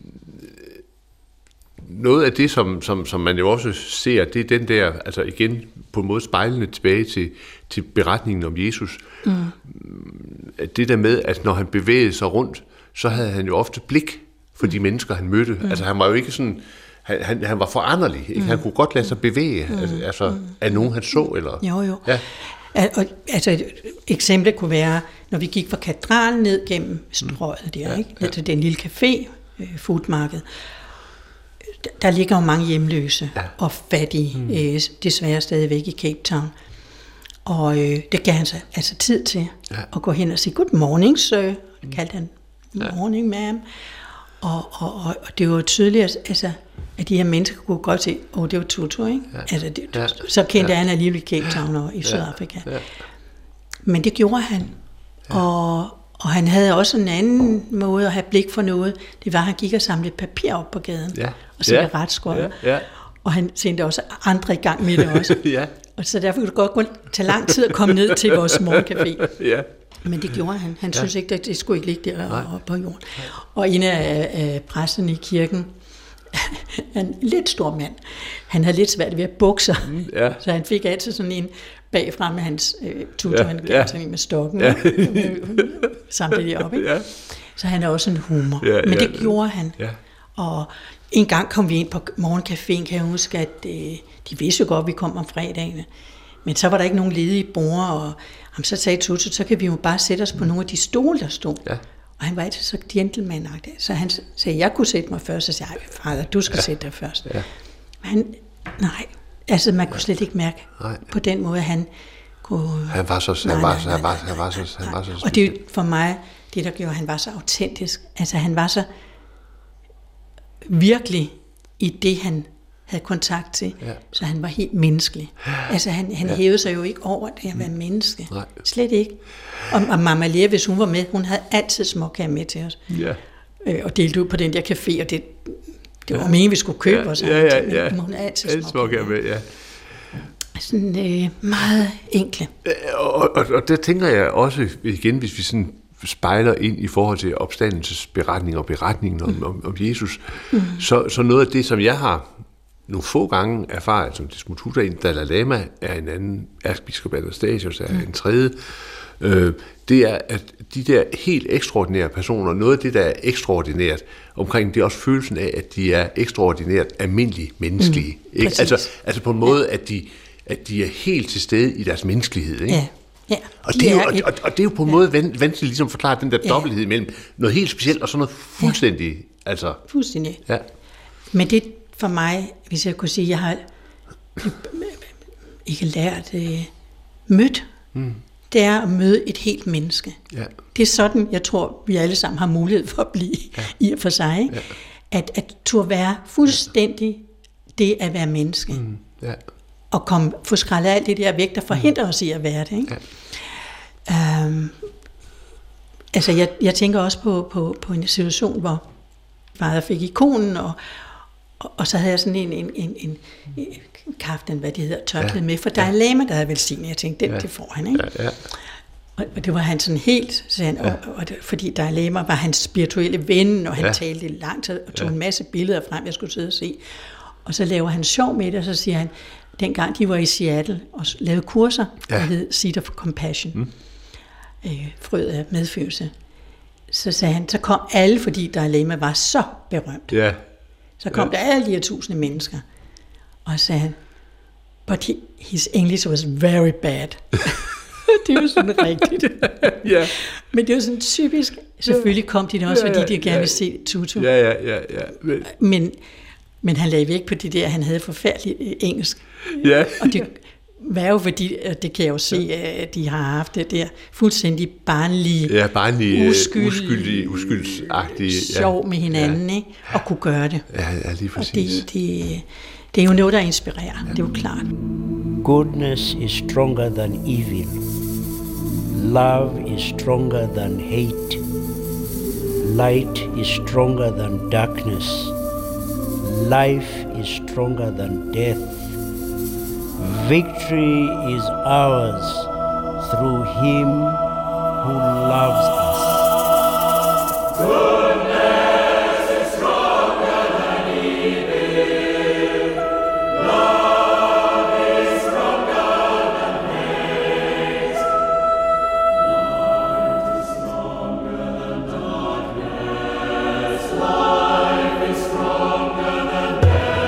noget af det, som, som, som man jo også ser, det er den der, altså igen på en måde spejlende tilbage til, til beretningen om Jesus. Mm. Det der med, at når han bevægede sig rundt, så havde han jo ofte blik for de mennesker, han mødte. Mm. Altså han var jo ikke sådan, han, han, han var foranderlig. Ikke? Mm. Han kunne godt lade sig bevæge, mm. altså, altså mm. af nogen han så. Eller,
jo, jo.
Ja.
Og, altså et eksempel kunne være, når vi gik fra katedralen ned gennem strøget der,
ja,
ikke?
Ja.
Ned til den lille café, øh, foodmarked. Der ligger jo mange hjemløse ja. og fattige, mm. øh, desværre stadigvæk i Cape Town. Og øh, det gav han sig altså tid til ja. at gå hen og sige, good morning, sir. Det kaldte han, morning, ma'am. Og, og, og, og det var tydeligt, altså, at de her mennesker kunne godt se, åh, oh, det var Tutu, ikke? Ja. Altså, det, ja. Så kendte ja. han alligevel i Cape Town og i ja. Sydafrika. Ja. Men det gjorde han. Ja. Og, og han havde også en anden måde at have blik for noget. Det var, at han gik og samlede papir op på gaden. Ja. Og så ja. var retsskåret. Ja. Ja. Og han sendte også andre i gang med det også. ja. Og så derfor kunne det godt gå tage lang tid at komme ned til vores morgencafé. ja. Men det gjorde han. Han ja. synes ikke, at det skulle ikke ligge der Nej. på jorden. Nej. Og en af, af præsterne i kirken, en lidt stor mand, han havde lidt svært ved at bukke sig. Mm, ja. Så han fik altid sådan en bagfra med hans øh, tutor, ja. han gav ja. sådan en med stokken. Ja. Samlede det op, ikke? Ja. Så han er også en humor. Ja, Men det ja. gjorde han. Ja. Og en gang kom vi ind på morgencaféen, kan jeg huske, at øh, de vidste jo godt, at vi kom om fredagen. Men så var der ikke nogen ledige borde, og jamen, så sagde Tutu, så kan vi jo bare sætte os på nogle af de stole, der stod. Ja. Og han var altid så gentleman-agtig. Så han sagde, jeg kunne sætte mig først, og så sagde jeg, fader, du skal ja. sætte dig først. Ja. Men han, nej, altså man kunne slet ikke mærke nej. på den måde, han kunne...
Han var så... Han var så... Han var, han var så, han var så
og det er for mig, det der gjorde, han var så autentisk. Altså han var så virkelig i det, han havde kontakt til, ja. så han var helt menneskelig. Altså han, han ja. hævede sig jo ikke over det at være menneske. Nej. Slet ikke. Og, og Mama Lea, hvis hun var med, hun havde altid småkager med til os. Ja. Øh, og delte ud på den der café, og det, det var ja. meningen, vi skulle købe ja. os.
Ja, ja, ja.
Men hun havde altid
småkager, småkager med. Ja.
Sådan øh, meget enkle.
Og, og, og der tænker jeg også igen, hvis vi sådan spejler ind i forhold til opstandelsesberetningen og beretningen om, mm. om, om Jesus, mm. så, så noget af det, som jeg har nogle få gange erfaret, som Desmond en, Dalai Lama er en anden, ærkebiskop Anastasius er mm. en tredje, øh, det er, at de der helt ekstraordinære personer, noget af det, der er ekstraordinært omkring, det er også følelsen af, at de er ekstraordinært almindelige menneskelige. Mm. Ikke? Altså, altså på en måde, ja. at, de, at de er helt til stede i deres menneskelighed. Ikke?
Ja. Ja,
og, det er jo, et, og, og det er jo på en ja. måde vanskeligt ligesom at forklare den der ja. dobbelthed mellem noget helt specielt og sådan noget fuldstændig. Ja. Altså.
Fuldstændig. Ja. Men det for mig, hvis jeg kunne sige, jeg har ikke lært, øh, mødt, mm. det er at møde et helt menneske. Ja. Det er sådan, jeg tror, vi alle sammen har mulighed for at blive ja. i og for sig. Ikke? Ja. At, at turde være fuldstændig det at være menneske. Mm. Ja. Og komme, få skrællet alt det der væk, der forhindrer os i at være det. Ikke? Ja. Um, altså, jeg, jeg tænker også på, på, på en situation, hvor fader fik ikonen, og, og, og så havde jeg sådan en, en, en, en, en kaften, hvad det hedder, tørklæde ja. med, for der er Lama, der havde velsignet. Jeg tænkte, det, ja. det får han, ikke? Ja, ja. Og, og det var han sådan helt, så han, ja. og, og det, fordi Dalai Lama var hans spirituelle ven, og han ja. talte langt, og tog ja. en masse billeder frem, jeg skulle sidde og se. Og så laver han sjov med det, og så siger han, dengang de var i Seattle og lavede kurser, ja. der hed Seed of Compassion, mm. øh, frøet af medfølelse, så sagde han, så kom alle, fordi Dalai Lama var så berømt. Ja. Så kom ja. der alle de her tusinde mennesker, og så sagde han, but he, his English was very bad. Det er jo sådan rigtigt. ja. Men det er jo sådan typisk, selvfølgelig kom de der også, ja, ja, fordi de gerne ja. ville se Tutu.
Ja, ja, ja. ja. Men,
men Men han lagde væk på det der, han havde forfærdeligt engelsk.
Ja.
Og det var jo fordi, det kan jeg jo se, at de har haft det der fuldstændig barnlige,
ja, barnlige uskyld, uskyldige, uskyldsagtige,
sjov med hinanden, ja. ikke? Og kunne gøre det.
Ja, ja lige præcis.
Og det, det, det er jo noget, der inspirerer, ja. det er jo klart.
Goodness is stronger than evil. Love is stronger than hate. Light is stronger than darkness. Life is stronger than death. Victory is ours through him who loves us. Goodness is stronger than evil. Love is stronger than hate. Light is stronger than darkness. Life is stronger than death.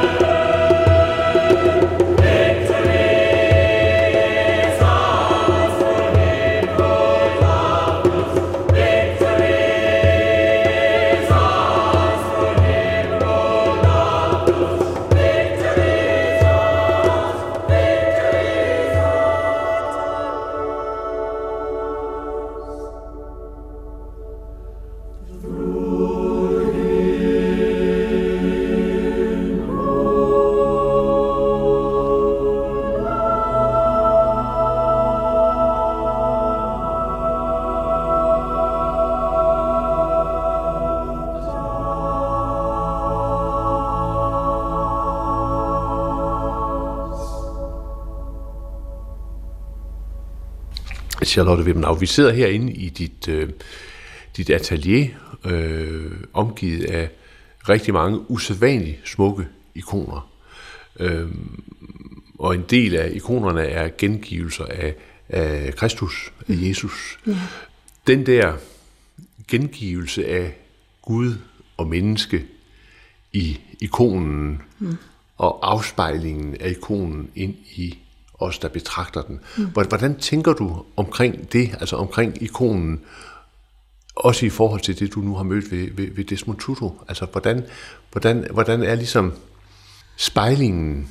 Charlotte Wimmenau, vi sidder herinde i dit, øh, dit atelier, øh, omgivet af rigtig mange usædvanligt smukke ikoner. Øh, og en del af ikonerne er gengivelser af, af Kristus, af Jesus. Ja. Den der gengivelse af Gud og menneske i ikonen, mm. og afspejlingen af ikonen ind i os, der betragter den. Mm. Hvordan tænker du omkring det, altså omkring ikonen, også i forhold til det, du nu har mødt ved, ved, ved Desmond Tutu? Altså, hvordan, hvordan, hvordan er ligesom spejlingen?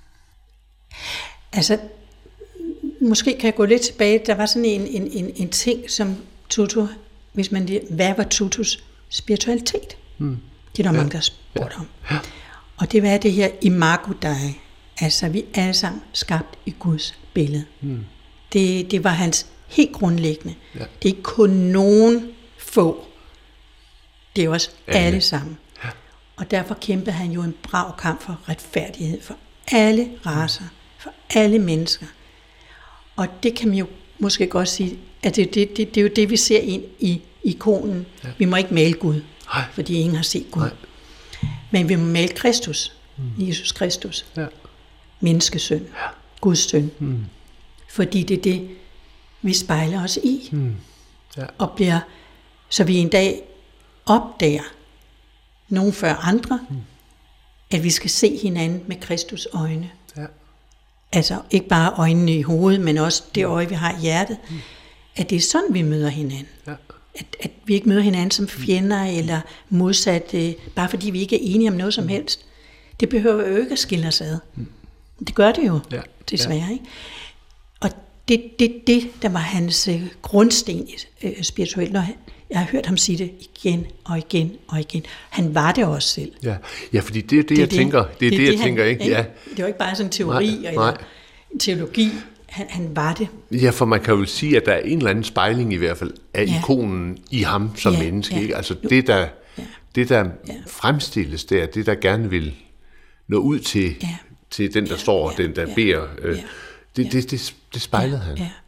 Altså, måske kan jeg gå lidt tilbage. Der var sådan en, en, en, en ting, som Tutu, hvis man det, hvad var Tutus spiritualitet? Mm. Det er der ja. mange, der har spurgt ja. om. Ja. Og det var det her imago Dei. Altså, vi er alle sammen skabt i Guds billede. Mm. Det, det var hans helt grundlæggende. Ja. Det er ikke kun nogen få. Det er også alle, alle sammen. Ja. Og derfor kæmpede han jo en brav kamp for retfærdighed for alle racer, for alle mennesker. Og det kan man jo måske godt sige, at det, det, det, det er jo det, vi ser ind i ikonen. Ja. Vi må ikke male Gud, Nej. fordi ingen har set Gud. Nej. Men vi må male Kristus, mm. Jesus Kristus. Ja. Menneskesøn, ja. Guds søn. Mm. Fordi det er det, vi spejler os i. Mm. Ja. Og bliver, så vi en dag opdager, nogen før andre, mm. at vi skal se hinanden med Kristus øjne. Ja. Altså ikke bare øjnene i hovedet, men også det øje, vi har i hjertet. Mm. At det er sådan, vi møder hinanden. Ja. At, at vi ikke møder hinanden som fjender mm. eller modsatte, bare fordi vi ikke er enige om noget som helst. Det behøver jo ikke at skille os ad. Mm. Det gør det jo, ja, desværre. Ja. Ikke? Og det det, det, der var hans øh, grundsten øh, spirituelt. Når jeg har hørt ham sige det igen og igen og igen. Han var det også selv.
Ja, ja fordi det er det, det jeg det, tænker. Det er det, det, det jeg han, tænker, ikke? Ja.
Det var ikke bare sådan en teori nej, eller nej. en teologi. Han, han var det.
Ja, for man kan jo sige, at der er en eller anden spejling i hvert fald af ja. ikonen i ham som ja, menneske. Ja. Ikke? Altså det, der, ja. det, der ja. fremstilles der, det, der gerne vil nå ud til... Ja. til den, der ja, står, ja, den, der ja, beder. Øh, ja, det, det, det, det spejlede ja, han. Ja.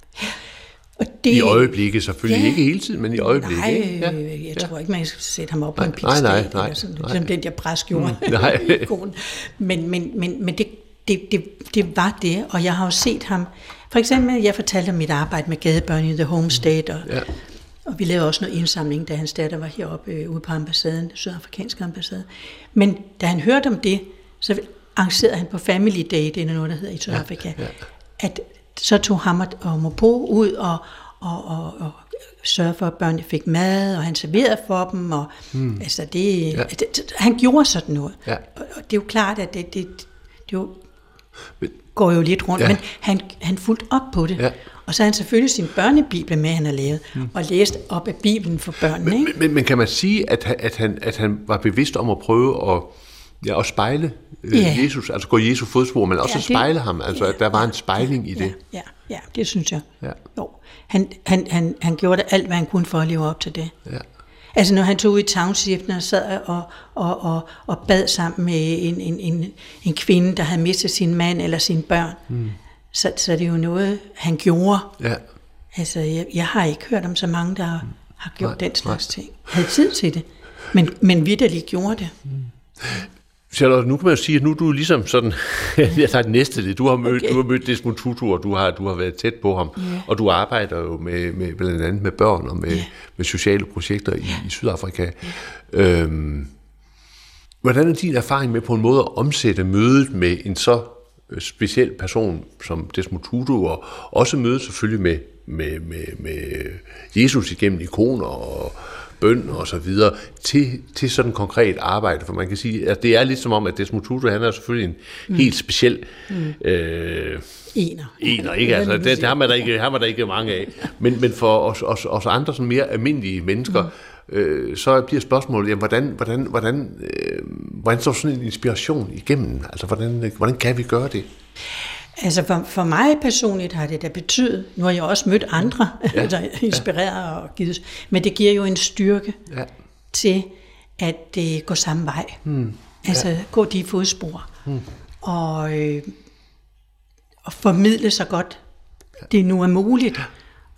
Og det, I øjeblikket selvfølgelig, ja, ikke hele tiden, men i øjeblikket.
Nej, ja, jeg ja. tror ikke, man skal sætte ham op på en pidstal, nej, nej, nej, eller sådan, ligesom den der præst gjorde. Mm, men men, men, men det, det, det, det var det, og jeg har jo set ham, for eksempel, jeg fortalte om mit arbejde med gadebørn i The Homestead, og, ja. og vi lavede også noget indsamling, da hans datter var heroppe øh, ude på ambassaden, sydafrikanske ambassade. Men da han hørte om det, så arrangerede han på Family Day, det er noget, der hedder i Sydafrika, ja, ja. at så tog ham og Mopo ud og, og, og, og sørgede for, at børnene fik mad, og han serverede for dem, og hmm. altså det, ja. det, han gjorde sådan noget. Ja. Og det er jo klart, at det, det, det jo men, går jo lidt rundt, ja. men han, han fulgte op på det. Ja. Og så har han selvfølgelig sin børnebibel med, han har lavet, hmm. og læst op af Bibelen for børnene.
Men,
ikke?
Men, men kan man sige, at, at, han, at han var bevidst om at prøve at Ja, at spejle øh, ja. Jesus, altså gå i Jesu fodspor, men også ja, det, spejle ham, altså ja, at der var en spejling
ja,
i det.
Ja, ja, det synes jeg. Ja. Jo. Han, han, han, han gjorde alt, hvad han kunne for at leve op til det. Ja. Altså når han tog ud i townshipen og sad og, og, og, og bad sammen med en, en, en, en kvinde, der havde mistet sin mand eller sine børn, mm. så, så det er jo noget, han gjorde. Ja. Altså jeg, jeg har ikke hørt om så mange, der mm. har gjort nej, den slags nej. ting. Havde tid til det, men, men vitterligt gjorde det. Mm.
Charlotte, nu kan man jo sige, at nu er du ligesom sådan, jeg tager det næste lidt, du har mødt, okay. du har mødt Desmond Tutu, og du har, du har været tæt på ham, yeah. og du arbejder jo med, med blandt andet med børn og med, yeah. med sociale projekter i, i Sydafrika. Yeah. Øhm, hvordan er din erfaring med på en måde at omsætte mødet med en så speciel person som Desmond Tutu, og også mødet selvfølgelig med, med, med, med Jesus igennem ikoner og bøn og så videre, til, til sådan et konkret arbejde, for man kan sige, at det er lidt som om, at Desmond Tutu, han er selvfølgelig en mm. helt speciel mm. øh,
ener.
ener, ikke? Altså, det, det har man der ikke, har man der ikke mange af. Men, men for os, os, os andre sådan mere almindelige mennesker, mm. øh, så bliver spørgsmålet, jamen, hvordan, hvordan, hvordan, øh, hvordan står sådan en inspiration igennem? Altså, hvordan, hvordan kan vi gøre det?
Altså for, for mig personligt har det da betydet, nu har jeg også mødt andre, ja, der inspireret ja. og givet, men det giver jo en styrke ja. til at uh, gå samme vej. Hmm. Altså ja. gå de fodspor hmm. og, øh, og formidle så godt det nu er muligt. Ja.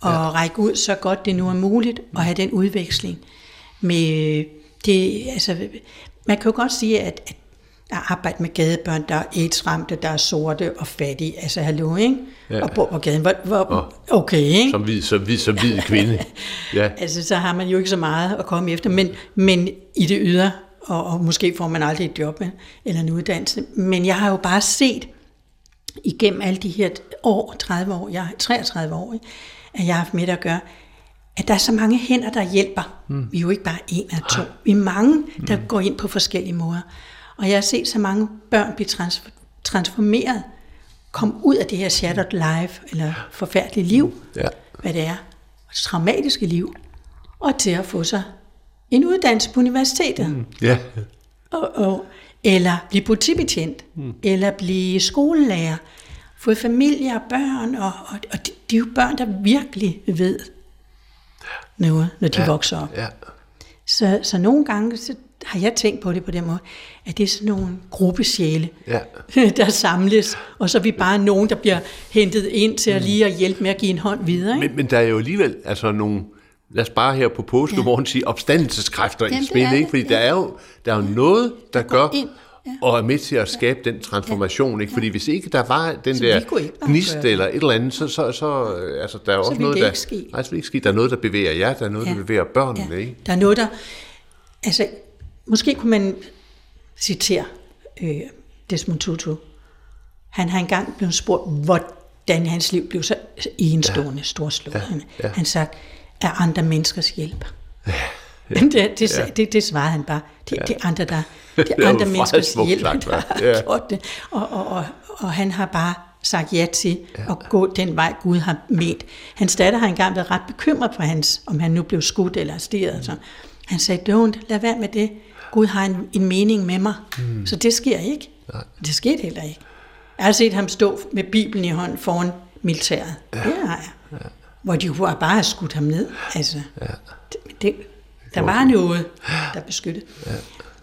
og
Ja.
række ud så godt det nu er muligt, og have den udveksling med det, altså, man kan jo godt sige, at, at arbejde med gadebørn, der er AIDS-ramte, der er sorte og fattige, altså hallo, ikke?
Ja.
Og bor på gaden, hvor, hvor, okay, ikke?
Som hvid, som hvid, som hvid kvinde. Ja.
Altså, så har man jo ikke så meget at komme efter, men, men i det ydre, og, og måske får man aldrig et job eller en uddannelse, men jeg har jo bare set igennem alle de her år, tredive år, jeg er treogtredive år, ikke? At jeg har haft med det at gøre, at der er så mange hænder, der hjælper. Mm. Vi er jo ikke bare en eller to. Vi er mange, der mm. går ind på forskellige måder. Og jeg har set så mange børn blive trans- transformeret, komme ud af det her shattered life, eller forfærdelige liv,
Ja.
hvad det er, traumatiske liv, og til at få sig en uddannelse på universitetet. Mm.
Ja.
Og, og, eller blive politibetjent, mm. eller blive skolelærer, få familie og børn, og, og, og de, de er jo børn, der virkelig ved noget, når de
Ja.
vokser op.
Ja.
Så, så nogle gange så har jeg tænkt på det på den måde, at det er sådan nogle gruppesjæle,
Ja.
der samles, og så er vi bare nogen, der bliver hentet ind til at lige at hjælpe med at give en hånd videre. Ikke?
Men, men der er jo alligevel altså nogle, lad os bare her på påskemorgen sige, opstandelseskræfter
Jamen,
i
det
spil,
er
ikke?
det,
Fordi
ja.
der er jo der er jo noget, der gør,
ind, ja.
og er med til at skabe den transformation, ikke? Fordi hvis ikke der var den
Så
der
vi kunne ikke bare
gnist
gøre det.
eller et eller andet, så, så, så øh, altså, der er jo også
ville
noget,
det
der...
ikke ske.
Nej, så vil det ikke ske. Der er noget, der bevæger jer, der er noget,
Ja.
der bevæger børnene,
Ja.
ikke?
Der er noget, der... Altså, måske kunne man citere øh, Desmond Tutu. Han har engang blevet spurgt, hvordan hans liv blev så enestående, ja. storslået.
Ja. Ja.
Han sagde, af andre menneskers hjælp. Ja. Det, det,
Ja.
det, det svarede han bare. Det,
Ja.
det er andre, der, det
Det
er
er
andre
jo
menneskers
meget smukt
hjælp,
sagt,
der har
ja.
gjort det. Og, og, og, og han har bare sagt ja til ja. at gå den vej, Gud har ment. Hans datter har engang været ret bekymret for hans, om han nu blev skudt eller arresteret. Mm. Så han sagde, don't, lad være med det. Gud har en, en mening med mig. Mm. Så det sker ikke.
Nej.
Det skete heller ikke. Jeg har set ham stå med Bibelen i hånden foran militæret. Ja. Det har jeg. Ja. Hvor de jo bare har skudt ham ned. Altså, ja. det, det, der var noget, der beskyttede. Ja.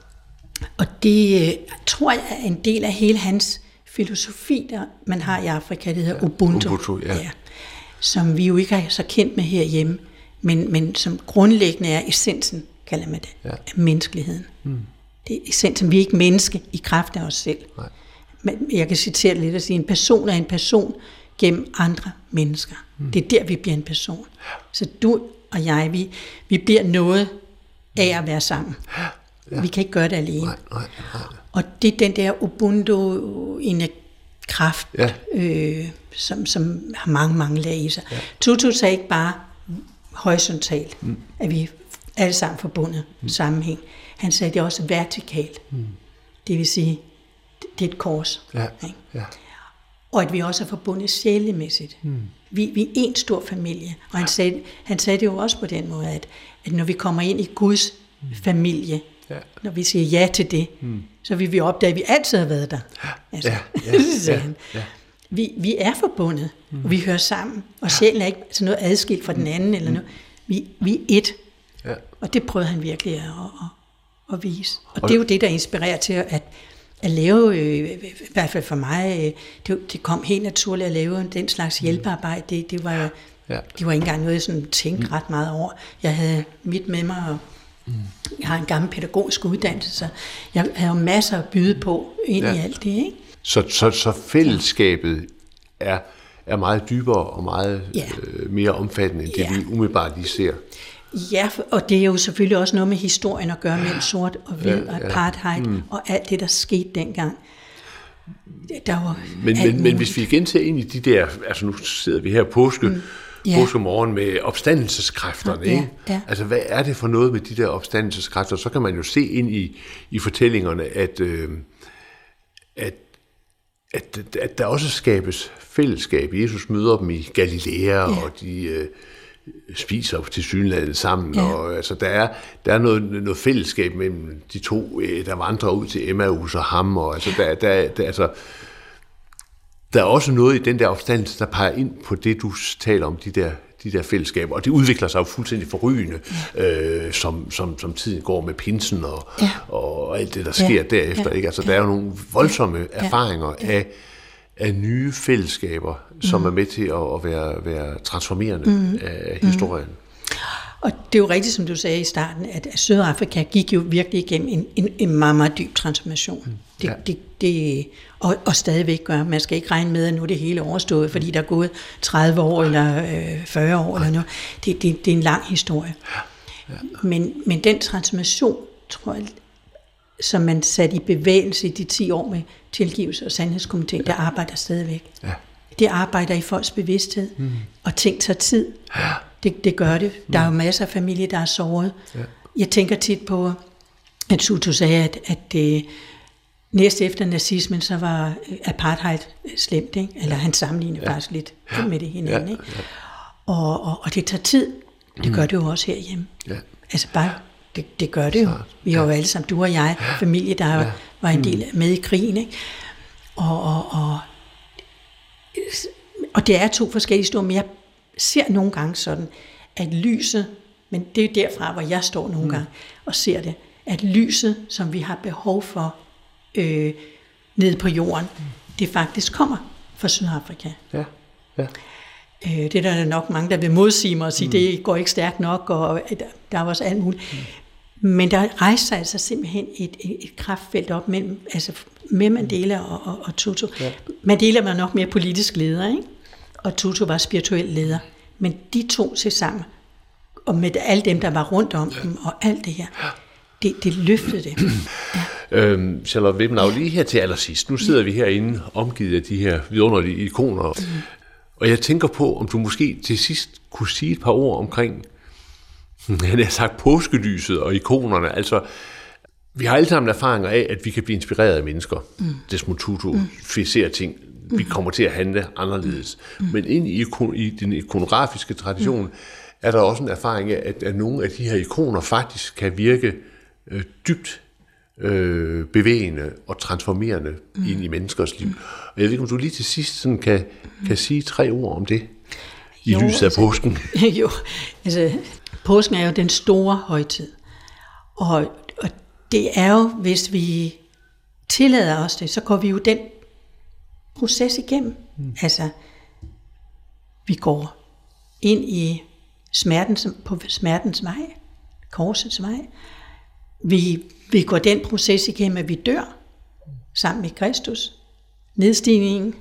Og det øh, tror jeg er en del af hele hans filosofi, der man har i Afrika, det hedder ja. Ubuntu.
Ubuntu, ja.
Ja. Som vi jo ikke er så kendt med herhjemme, men, men som grundlæggende er essensen, kalder man det, ja. af menneskeligheden. Mm. Det er essensen. Vi er ikke menneske i kraft af os selv.
Nej.
Men jeg kan citere lidt og sige, en person er en person gennem andre mennesker. Mm. Det er der, vi bliver en person. Så du og jeg, vi, vi bliver noget af at være sammen. Ja. Vi kan ikke gøre det alene.
Nej, nej, nej.
Og det er den der Ubuntu en kraft,
Ja.
øh, som, som har mange, mange lag i sig. Ja. Tutu sagde ikke bare horisontalt, mm. at vi er alle sammen forbundet, mm. sammenhæng. Han sagde det også vertikalt. Mm. Det vil sige, det er et kors.
Ja.
Ikke?
Ja.
Og at vi også er forbundet sjælemæssigt. Mm. Vi, vi er en stor familie. Og han sagde, han sagde det jo også på den måde, at, at når vi kommer ind i Guds mm. familie, ja. når vi siger ja til det, mm. så vil vi opdage, at vi altid har været der. Altså,
ja, ja,
sagde
ja,
han.
ja.
Vi, vi er forbundet, mm. og vi hører sammen. Og sjælen er ikke sådan noget adskilt fra den anden. Eller noget. Vi, vi er et. Ja. Og det prøvede han virkelig at, at, at vise. Og, og det er jo det, der inspirerer til at, at lave, øh, i hvert fald for mig, øh, det, det kom helt naturligt at lave den slags hjælpearbejde. Det, det, var, ja. det var ikke engang noget, jeg sådan tænkte mm. ret meget over. Jeg havde mit med mig, og mm. jeg har en gammel pædagogisk uddannelse, så jeg havde masser at byde på ind ja. i alt det, ikke?
Så, så, så fællesskabet er, er meget dybere og meget ja. øh, mere omfattende, end det ja. vi umiddelbart lige ser.
Ja, og det er jo selvfølgelig også noget med historien at gøre mellem sort og hvid ja, og apartheid ja. mm. og alt det, der skete dengang. Der var
men, men, men hvis vi igen ser ind i de der, altså nu sidder vi her påske, mm. ja. påskemorgen med opstandelseskræfterne,
ja,
ikke?
Ja.
Altså hvad er det for noget med de der opstandelseskræfter? Så kan man jo se ind i, i fortællingerne, at, øh, at At, at der også skabes fællesskab. Jesus møder dem i Galilea, ja. og de øh, spiser til synlandet sammen. Ja. Og, altså, der er, der er noget, noget fællesskab mellem de to, øh, der vandrer ud til Emmaus og ham. Og, altså, der, der, der, altså, der er også noget i den der opstandelse, der peger ind på det, du taler om, de der, de der fællesskaber. Og det udvikler sig jo fuldstændig forrygende, ja. øh, som, som, som tiden går med pinsen og, ja. og alt det, der sker ja. derefter. Ja. Ikke? Altså, der er jo nogle voldsomme ja. erfaringer ja. af, af nye fællesskaber, som mm. er med til at, at være, være transformerende mm. af historien. Mm.
Og det er jo rigtigt, som du sagde i starten, at Sydafrika gik jo virkelig igennem en, en, en meget, meget dyb transformation. Mm. Det, ja. det, det, og, og stadigvæk gør. Man skal ikke regne med, at nu er det hele overstået, fordi der er gået tredive år eller øh, fyrre år eller noget. Det, det, det er en lang historie. Ja. Ja. Men, men den transformation, tror jeg, som man satte i bevægelse i de ti år med tilgivelse og sandhedskomiteen, ja. Der arbejder stadigvæk. Ja. Det arbejder i folks bevidsthed, mm. og ting tager tid. Ja. Det, det gør det. Der er jo masser af familier, der er såret. Ja. Jeg tænker tit på, at Tutu sagde, at, at det, næste efter nazismen, så var apartheid slemt, ikke? Eller han sammenlignede ja. faktisk lidt ja. med det hinanden. Ja. Ikke? Ja. Og, og, og det tager tid. Det gør det jo også herhjemme. Ja. Altså bare, det, det gør det jo. Vi har jo alle sammen, du og jeg, familie, der ja. var en del med i krigen. Ikke? Og, og, og, og det er to forskellige historier, men jeg ser nogle gange sådan, at lyset, men det er jo derfra, hvor jeg står nogle mm. gange og ser det, at lyset, som vi har behov for øh, nede på jorden, mm. det faktisk kommer fra Sydafrika. Ja, ja. Øh, det er der nok mange, der vil modsige mig og sige, mm. det går ikke stærkt nok, og der er også alt muligt. Mm. Men der rejser sig altså simpelthen et, et, et kraftfelt op mellem, altså med Mandela og, og, og Tutu. Ja. Mandela var nok mere politisk leder, ikke? Og Tutu var spirituel leder. Men de to til sammen, og med alle dem, der var rundt om dem, og alt det her, det, det løftede det. Ja.
Øhm, Charlotte Wippenau, lige her til allersidst. Nu sidder vi herinde, omgivet af de her vidunderlige ikoner. Mm. Og jeg tænker på, om du måske til sidst kunne sige et par ord omkring, han har sagt, påskelyset og ikonerne. Altså, vi har alle sammen erfaringer af, at vi kan blive inspireret af mennesker. Mm. Desmond Tutu mm. ser ting. Vi kommer til at handle anderledes. Mm. Men ind i, ikon, i den ikonografiske tradition, mm. er der også en erfaring af, at, at nogle af de her ikoner faktisk kan virke øh, dybt øh, bevægende og transformerende mm. ind i menneskers liv. Mm. Og jeg ved ikke, om du lige til sidst sådan kan, mm. kan sige tre ord om det, i jo, lyset af altså, påsken.
Jo, altså påsken er jo den store højtid. Og, og det er jo, hvis vi tillader os det, så går vi jo den proces igennem. Mm. Altså, vi går ind i smerten, på smertens vej, korsets vej. Vi, vi går den proces igennem, at vi dør sammen med Kristus. Nedstigningen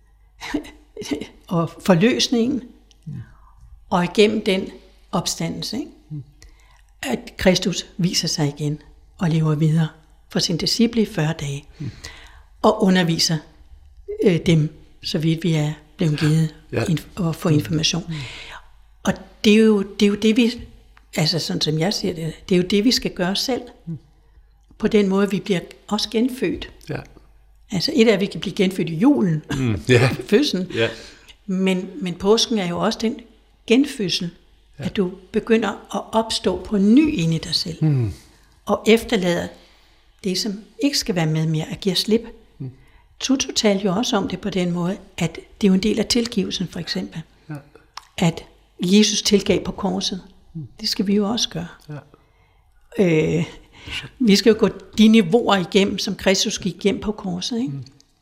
og forløsningen. Mm. Og igennem den opstandelse, ikke? Mm. At Kristus viser sig igen og lever videre for sin disciple i fyrre dage. Mm. Og underviser øh, dem, så vidt vi er blevet givet ja. inf- og få information. Mm. Og det er, jo, det er jo det, vi, altså sådan som jeg siger det, det er jo det, vi skal gøre selv. Mm. På den måde, vi bliver også genfødt. Ja. Altså et af, at vi kan blive genfødt i julen, mm. yeah. fødslen. Yeah. Men, men påsken er jo også den genfødsel, ja. At du begynder at opstå på ny inde i dig selv. Mm. Og efterlader det, som ikke skal være med mere, at give slip. Mm. Tutu talte jo også om det på den måde, at det er jo en del af tilgivelsen, for eksempel. Ja. At Jesus tilgav på korset. Mm. Det skal vi jo også gøre. Ja. Øh, vi skal jo gå de niveauer igennem, som Kristus gik igennem på korset. Ikke? Mm.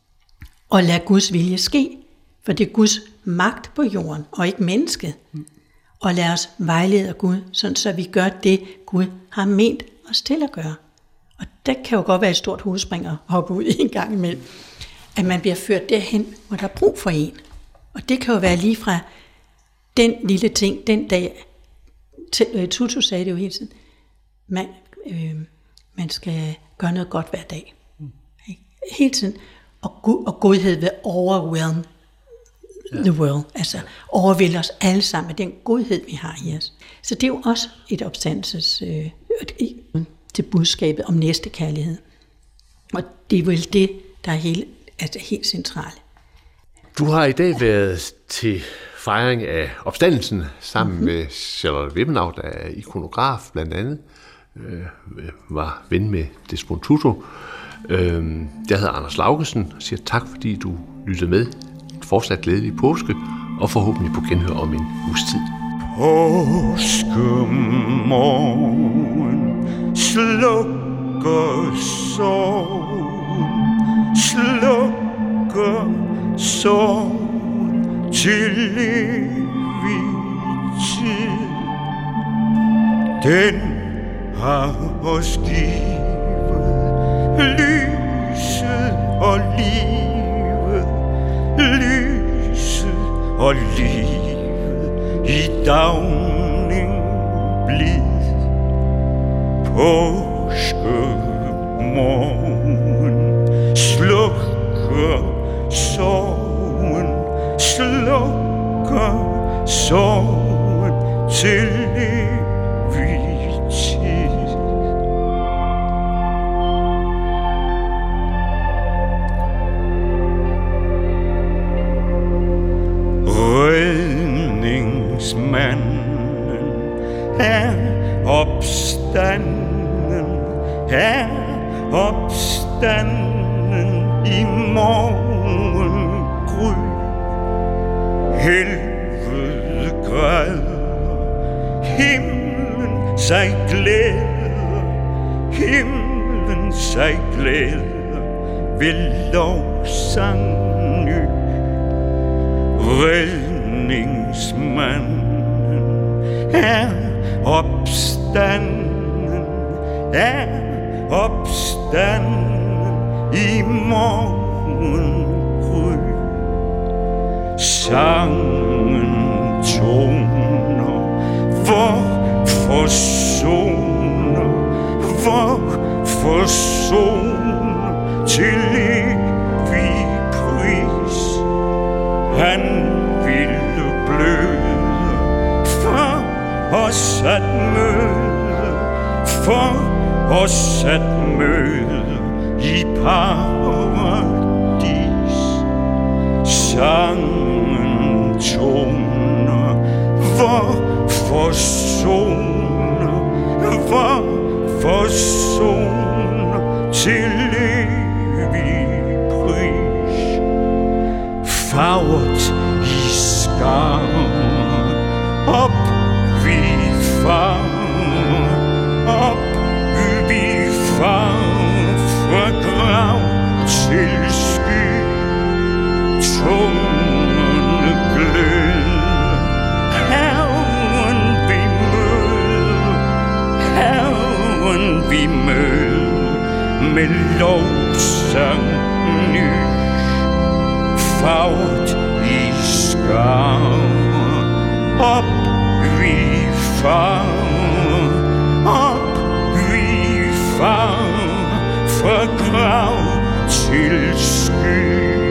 Og lade Guds vilje ske. For det er Guds magt på jorden, og ikke mennesket. Mm. Og lad os vejlede af Gud, sådan så vi gør det, Gud har ment os til at gøre. Og det kan jo godt være et stort hovedspring at hoppe ud en gang imellem. At man bliver ført derhen, hvor der er brug for en. Og det kan jo være lige fra den lille ting, den dag. Tutu sagde det jo hele tiden. Man, øh, man skal gøre noget godt hver dag. Mm. Hele tiden. Og, God, og godhed vil overwhelm ja. the world. Altså overvælde os alle sammen med den godhed, vi har i os. Så det er jo også et opstandelses øh, til budskabet om næstekærlighed. Og det er vel det, der er helt, altså helt centralt.
Du har i dag været til fejring af opstandelsen sammen mm-hmm. med Charlotte Wippenau, der er ikonograf blandt andet, øh, var ven med Desmond Tutu. Øh, jeg hedder Anders Laugesen og siger tak, fordi du lyttede med. Fortsat glædelig påske, og forhåbentlig på genhør om en uges tid.
Påskemorgen slukker sorgen, slukker sorgen til evig tid. Den har os givet lyset og livet, lyset og livet i dagning blid. Påskemorgen slukker sorgen, slukker sorgen til evig tid. Redningsmanden er opstanden, er opstanden i morgengry. Helvede græder, himlen sig glæder, himlen sig glæder ved lovsang ny. Redningsmanden er opstanden, er opstanden i morgengry. Sangen toner, hvor forsoner, hvor forsoner til evig pris. Han ville bløde for os at møde, for os at møde i paradis. Sangen toner, hvor forsoner, hvor forsoner til evig pris. Farvet i skar, op vi far, op vi far, fra grav til sky. Tungerne gløder, Herren vi møder, Herren vi møder, med lovsang ny. Farvet i skar, op vi far, op vi far, fra grav til sky.